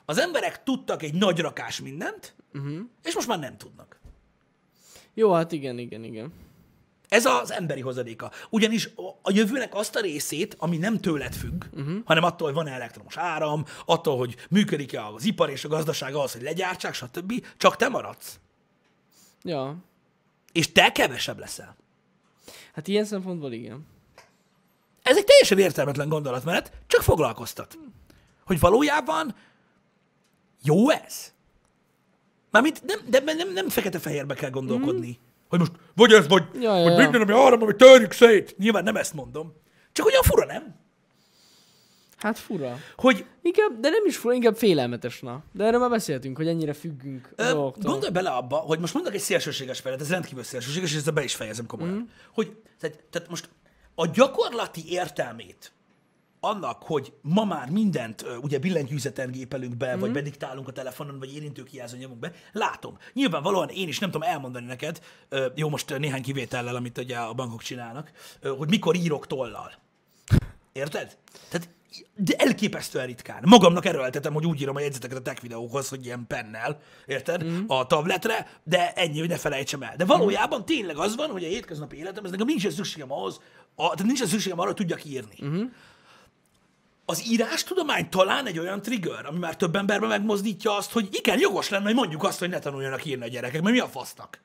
Az emberek tudtak egy nagy rakás mindent, uh-huh. és most már nem tudnak. Jó, hát igen, igen, igen. Ez az emberi hozadéka. Ugyanis a jövőnek azt a részét, ami nem tőled függ, uh-huh. hanem attól, hogy van elektromos áram, attól, hogy működik-e az ipar és a gazdaság ahhoz, hogy legyártsák, stb. Csak te maradsz. Ja. És te kevesebb leszel. Hát ilyen szempontból igen. Ez egy teljesen értelmetlen gondolatmenet, csak foglalkoztat. Hogy valójában jó ez? Mármint nem, de nem, nem fekete-fehérbe kell gondolkodni. Mm. Hogy most vagy ez, vagy, ja, ja, vagy ja. minden, ami áram, ami törjük szét. Nyilván nem ezt mondom. Csak olyan fura, nem? Hát fura. Hogy Inkább, de nem is fura, inkább félelmetes, na. De erről már beszéltünk, hogy ennyire függünk a dolgoktól. Gondolj bele abba, hogy most mondok egy szélsőséges példát, ez rendkívül szélsőséges, és ezzel be is fejezem komolyan. Mm. Hogy, tehát, tehát most a gyakorlati értelmét annak, hogy ma már mindent ugye billentyűzeten gépelünk be, mm. vagy bediktálunk a telefonon, vagy érintőkijelzőn nyomunk be, látom. Nyilvánvalóan én is nem tudom elmondani neked, jó, most néhány kivétellel, amit ugye a bankok csinálnak, hogy mikor írok tollal. Érted? Tehát de elképesztően ritkán. Magamnak erőltetem, hogy úgy írom a jegyzeteket a tech videókhoz, hogy ilyen pennel, érted? Mm. A tabletre, de ennyi, hogy ne felejtsem el. De valójában tényleg az van, hogy a hétköznapi életem, ez nekem nincsen szükségem ahhoz, a, tehát nincsen szükségem arra, hogy tudjak írni. Mm. Az írástudomány talán egy olyan trigger, ami már több emberben megmozdítja azt, hogy igen, jogos lenne, hogy mondjuk azt, hogy ne tanuljanak írni a gyerekek, mert mi a fasznak?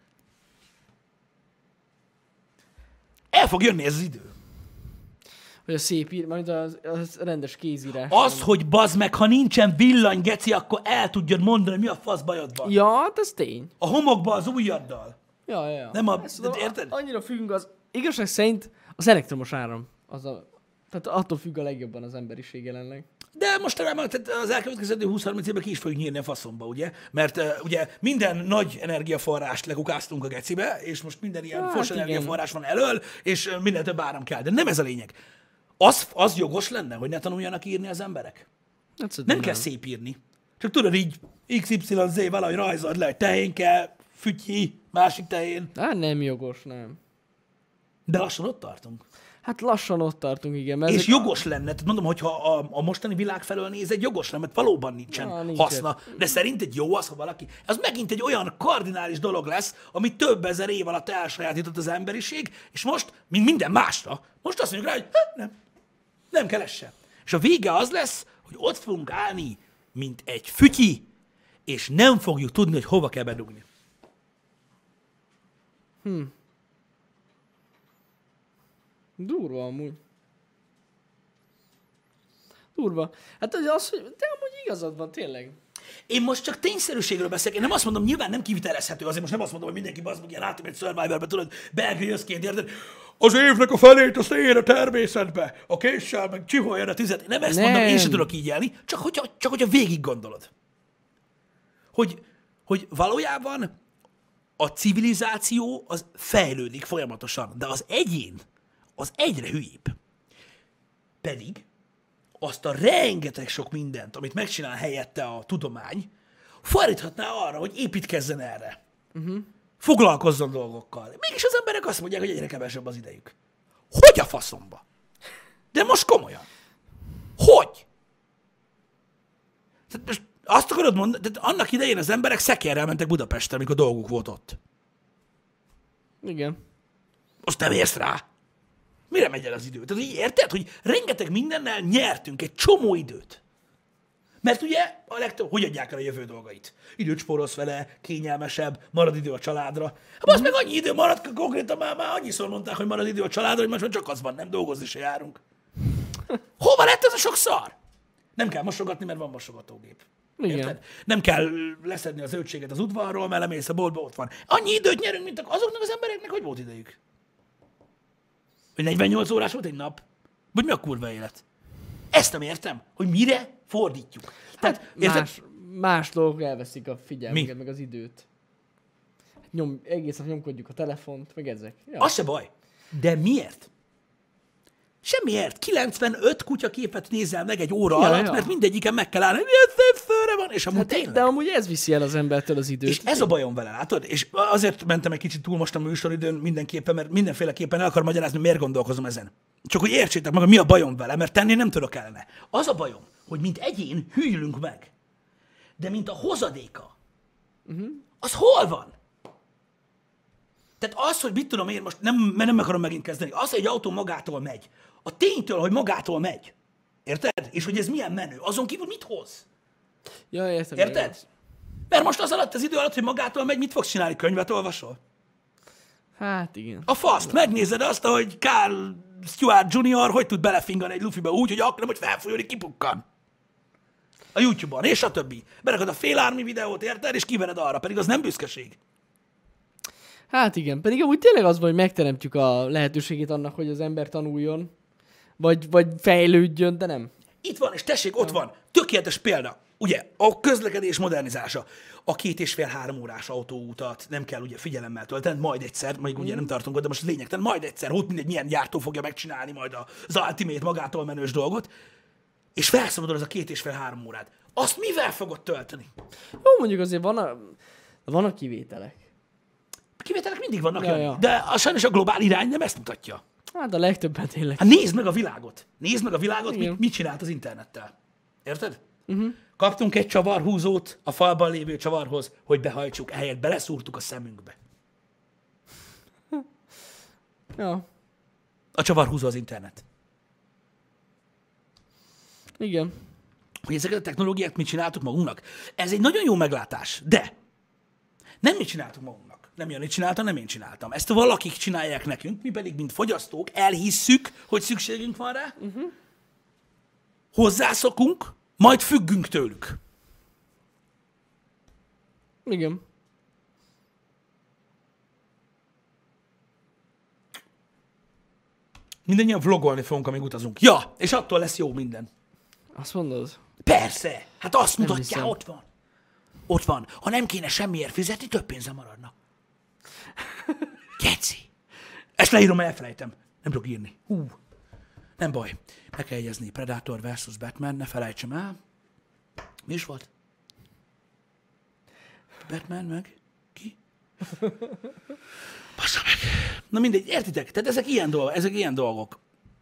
El fog jönni ez az idő. Hogy a szép ír, majd az, az rendes kézírás. Az, hogy bazd meg, ha nincsen villany, geci, akkor el tudjad mondani, hogy mi a fasz bajod van. Ja, hát ez tény. A homokba az ujjaddal. Ja, ja, ja. Nem a... Tudom, érted? Annyira függ az... Igazság szerint az elektromos áram. Az a, tehát attól függ a legjobban az emberiség jelenleg. De mostanában tehát az elkövetkező húsz-harminc évben ki is fogjuk nyírni a faszomba, ugye? Mert uh, ugye minden nagy energiaforrást lekukáztunk a gecibe, és most minden ilyen hát fos igen. energiaforrás van elől, és uh, minden több áram kell. De nem ez a lényeg. Az, az jogos lenne, hogy ne tanuljanak írni az emberek? Hát nem, nem kell szép írni. Csak tudod így iksz ipszilon zé valahogy rajzold le, hogy tehénke, fütyi, másik tehén. Hát nem jogos, nem. De lassan ott tartunk. Hát lassan ott tartunk, igen. Mert És ezek jogos lenne, tehát mondom, hogyha a, a mostani világ felől nézed, jogos lenne, mert valóban nincsen Na, nincs haszna. De szerinted jó az, ha valaki... Ez megint egy olyan kardinális dolog lesz, ami több ezer év alatt elsajátított az emberiség, és most, mint minden másra, most azt mondjuk rá, hogy hát nem, nem kell ez sem. És a vége az lesz, hogy ott fogunk állni, mint egy fütyi, és nem fogjuk tudni, hogy hova kell bedugni. Hm. Durva amúgy. Durva. Hát az, az, hogy te amúgy igazad van, tényleg. Én most csak tényszerűségről beszélek. Én nem azt mondom, nyilván nem kivitelezhető, azért most nem azt mondom, hogy mindenki bazd meg ilyen átömét Survivorbe, tudod, belgőzként, érted? Az évnek a felét azt ér a természetbe, a késsel, meg csiholjon a tüzet. Nem ezt nem. mondom, én sem tudok így élni, csak hogyha, csak hogyha végig gondolod. Hogy, hogy valójában a civilizáció az fejlődik folyamatosan, de az egyén az egyre hülyébb. Pedig azt a rengeteg sok mindent, amit megcsinál helyette a tudomány, fordíthatná arra, hogy építkezzen erre. Uh-huh. Foglalkozzon dolgokkal. Mégis az emberek azt mondják, hogy egyre kevesebb az idejük. Hogy a faszomba? De most komolyan. Hogy? Tehát most azt akarod mondani, tehát annak idején az emberek szekérrel mentek Budapestre, amikor dolguk volt ott. Igen. Most nem érsz rá. Mire megy el az idő? Tehát így érted, hogy rengeteg mindennel nyertünk egy csomó időt. Mert ugye a legtöbb, hogy adják el a jövő dolgait? Időt spórolsz vele, kényelmesebb, marad idő a családra. Hát az meg annyi idő marad, konkrétan már, már annyiszor mondták, hogy marad idő a családra, hogy most már csak az van, nem dolgozni se járunk. Hova lett ez a sok szar? Nem kell mosogatni, mert van mosogatógép. Igen. Érted? Nem kell leszedni az zöldséget az udvarról, mert lemész a boltba, ott van. Annyi időt nyerünk, mint azoknak az embereknek, hogy volt idejük. Hogy negyvennyolc órás volt egy nap? Vagy mi a kurva élet? Ezt nem értem, hogy mire fordítjuk. Tehát, Hát érted? más, más dolgok elveszik a figyelmünket, Mi? meg az időt. Nyom, egész nap nyomkodjuk a telefont, meg ezek. Ja. Az se baj. De miért? Semmiért. kilencvenöt kutyaképet nézel meg egy óra Ja, alatt, ja. mert mindegyiken meg kell állni, milyen szép főre van, és amúgy Hát, tényleg. de amúgy ez viszi el az embertől az időt. És ez a bajom vele, látod? És azért mentem egy kicsit túl most a műsoridőn mindenképpen, mert mindenféleképpen el akar magyarázni, miért gondolkozom ezen. Csak hogy értsétek meg, mi a bajom vele, mert tenni nem tudok ellene. Az a bajom, hogy mint egyén hűlünk meg. de mint a hozadéka, uh-huh. az hol van? Tehát az, hogy mit tudom én, most nem, mert nem akarom megint kezdeni, az, hogy egy autó magától megy, a ténytől, hogy magától megy, érted? És hogy ez milyen menő, azon kívül mit hoz? Ja, értem. Érted? Igaz. Mert most az alatt, az idő alatt, hogy magától megy, mit fogsz csinálni? Könyvet olvasol? Hát igen. A faszt, megnézed azt, hogy Carl Stewart junior hogy tud belefingani egy lufiba úgy, hogy akkor nem, hogy felfújni, kipukkan. A YouTube-on, és a többi. Berakod a félármi videót, érted? És kivered arra, pedig az nem büszkeség. Hát igen, pedig amúgy tényleg az van, hogy megteremtjük a lehetőségét annak, hogy az ember tanuljon, vagy, vagy fejlődjön, de nem. Itt van, és tessék, ott van. Tökéletes példa. Ugye, a közlekedés modernizása. A két és fél három órás autóutat nem kell ugye figyelemmel tölteni, majd egyszer, még ugye nem tartunk ott, de most lényegtelen, majd egyszer, hogy mindegy, milyen gyártó fogja megcsinálni majd az Ultimate magától menős dolgot, és felszabadul az a két és fél három órát. Azt mivel fogod tölteni? Jó, mondjuk azért van a, vannak kivételek. Kivételek mindig vannak, Ja, ja, ja. de a, sajnos a globál irány nem ezt mutatja. Hát a legtöbben tényleg. Hát nézd meg a világot. Nézd meg a világot, Igen. mit, mit csinált az internettel. Érted? Uh-huh. Kaptunk egy csavarhúzót a falban lévő csavarhoz, hogy behajtsuk, ehelyett beleszúrtuk a szemünkbe. Ja, A csavarhúzó az internet. igen. Hogy ezeket a technológiát mit csináltuk magunknak. Ez egy nagyon jó meglátás, de nem mi csináltuk magunknak. Nem Jani csinálta, nem én csináltam. Ezt valakik csinálják nekünk, mi pedig, mint fogyasztók, elhisszük, hogy szükségünk van rá, uh-huh. hozzászokunk, majd függünk tőlük. Igen. Mindennyian vlogolni fogunk, amíg utazunk. Ja, és attól lesz jó minden. Azt mondod? Persze, hát azt mutatja, hiszem. ott van. Ott van. Ha nem kéne semmiért fizetni, több pénze maradna. Geci. Ezt leírom, mert elfelejtem. Nem tudok írni. Hú. Nem baj. Meg kell jegyezni. Predator versus Batman, ne felejtsem el. Mi is volt? Batman meg? Ki? Bassza meg. Na mindegy, értitek? Tehát ezek ilyen dolgok. Ezek ilyen dolgok.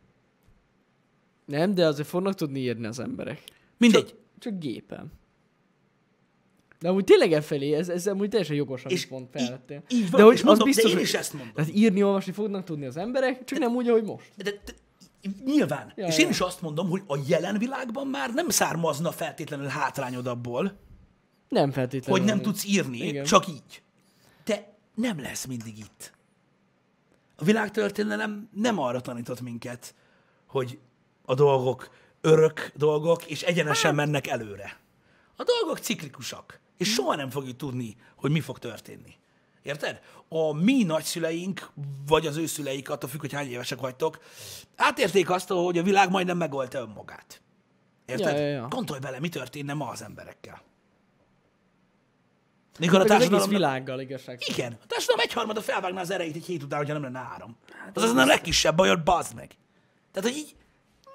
Nem, de azért fognak tudni írni az emberek. Mindegy. Csak, csak gépen. De amúgy tényleg elfelé, ez, ez amúgy teljesen jogos, amit És pont í- felvettél. így van, de hogy és az mondom, biztos, de én hogy- is ezt mondom. Tehát írni, olvasni fognak tudni az emberek, csak nem úgy, ahogy most. De, de, nyilván. Ja, és ja. én is azt mondom, hogy a jelen világban már nem származna feltétlenül hátrányod abból, Nem feltétlenül. hogy nem tudsz írni, Igen. csak így. De nem lesz mindig itt. A világtörténelem nem arra tanított minket, hogy a dolgok örök dolgok, és egyenesen Hát- mennek előre. A dolgok ciklikusak, és soha nem fogjuk tudni, hogy mi fog történni. Érted? A mi nagyszüleink, vagy az ő szüleik, attól függ, hogy hány évesek vagytok, átérték azt, hogy a világ majdnem megoldta önmagát. Érted? Ja, ja, ja. Gondolj bele, mi történne ma az emberekkel. Mikor a Meg az egész társadalom... világgal igazság. Igen, a társadalom egyharmada felvágná az erejét egy hét után, hogyha nem lenne áram. Az az a legkisebb bajod, bazd meg. Tehát, hogy így...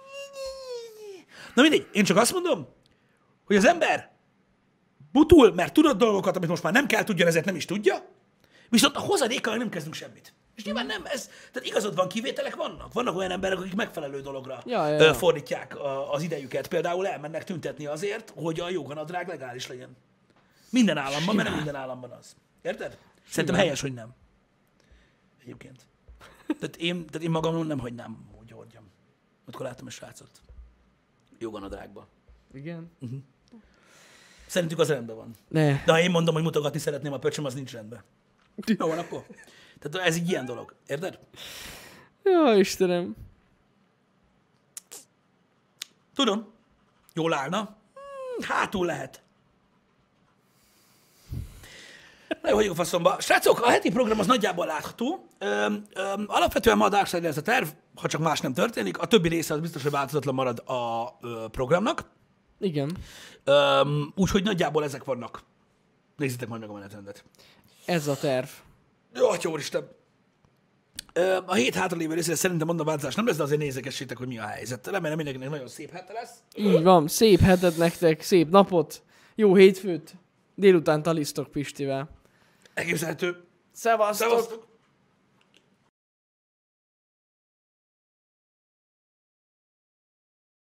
Na mindegy, én csak azt mondom, hogy az ember butul, mert tudod dolgokat, amit most már nem kell tudjon, ezért nem is tudja, viszont a hozadékkal nem kezdünk semmit. És nyilván nem, ez, tehát igazad van, kivételek vannak. Vannak olyan emberek, akik megfelelő dologra Ja, ja, ö, ja. fordítják a, az idejüket. Például elmennek tüntetni azért, hogy a joganadrág legális legyen. Minden államban, mert nem minden államban az. Érted? Szerintem helyes, hogy nem. Egyébként. Tehát én, tehát én magam nem hagynám, hogy hordjam. Akkor láttam egy srácot. Joganadrágba. Igen? Szerintük az rendben van. Ne. De ha én mondom, hogy mutogatni szeretném a pöcsöm, az nincs rendben. Jó van akkor. Tehát ez egy ilyen dolog. Érted? Ja, Istenem. Tudom. Jól állna. Hmm, hátul lehet. Na jó, hagyjuk a faszomba. Srácok, a heti program az nagyjából látható. Öm, öm, alapvetően ma a Darksiders ez a terv, ha csak más nem történik. A többi része az biztos, hogy változatlan marad a ö, programnak. Igen. Öm, úgyhogy nagyjából ezek vannak. Nézzétek majd meg a menetrendet. Ez a terv. Jó, atya úristen. Ö, a hét hátralévő részére szerintem mondom változás nem lesz, de azért nézegessétek, hogy mi a helyzet. Remélem mindenkinek nagyon szép hete lesz. Így van. Szép hetet nektek, szép napot. Jó hétfőt. Délután talisztok Pistivel. Elképzelhető. Szevasztok! Szevasztok!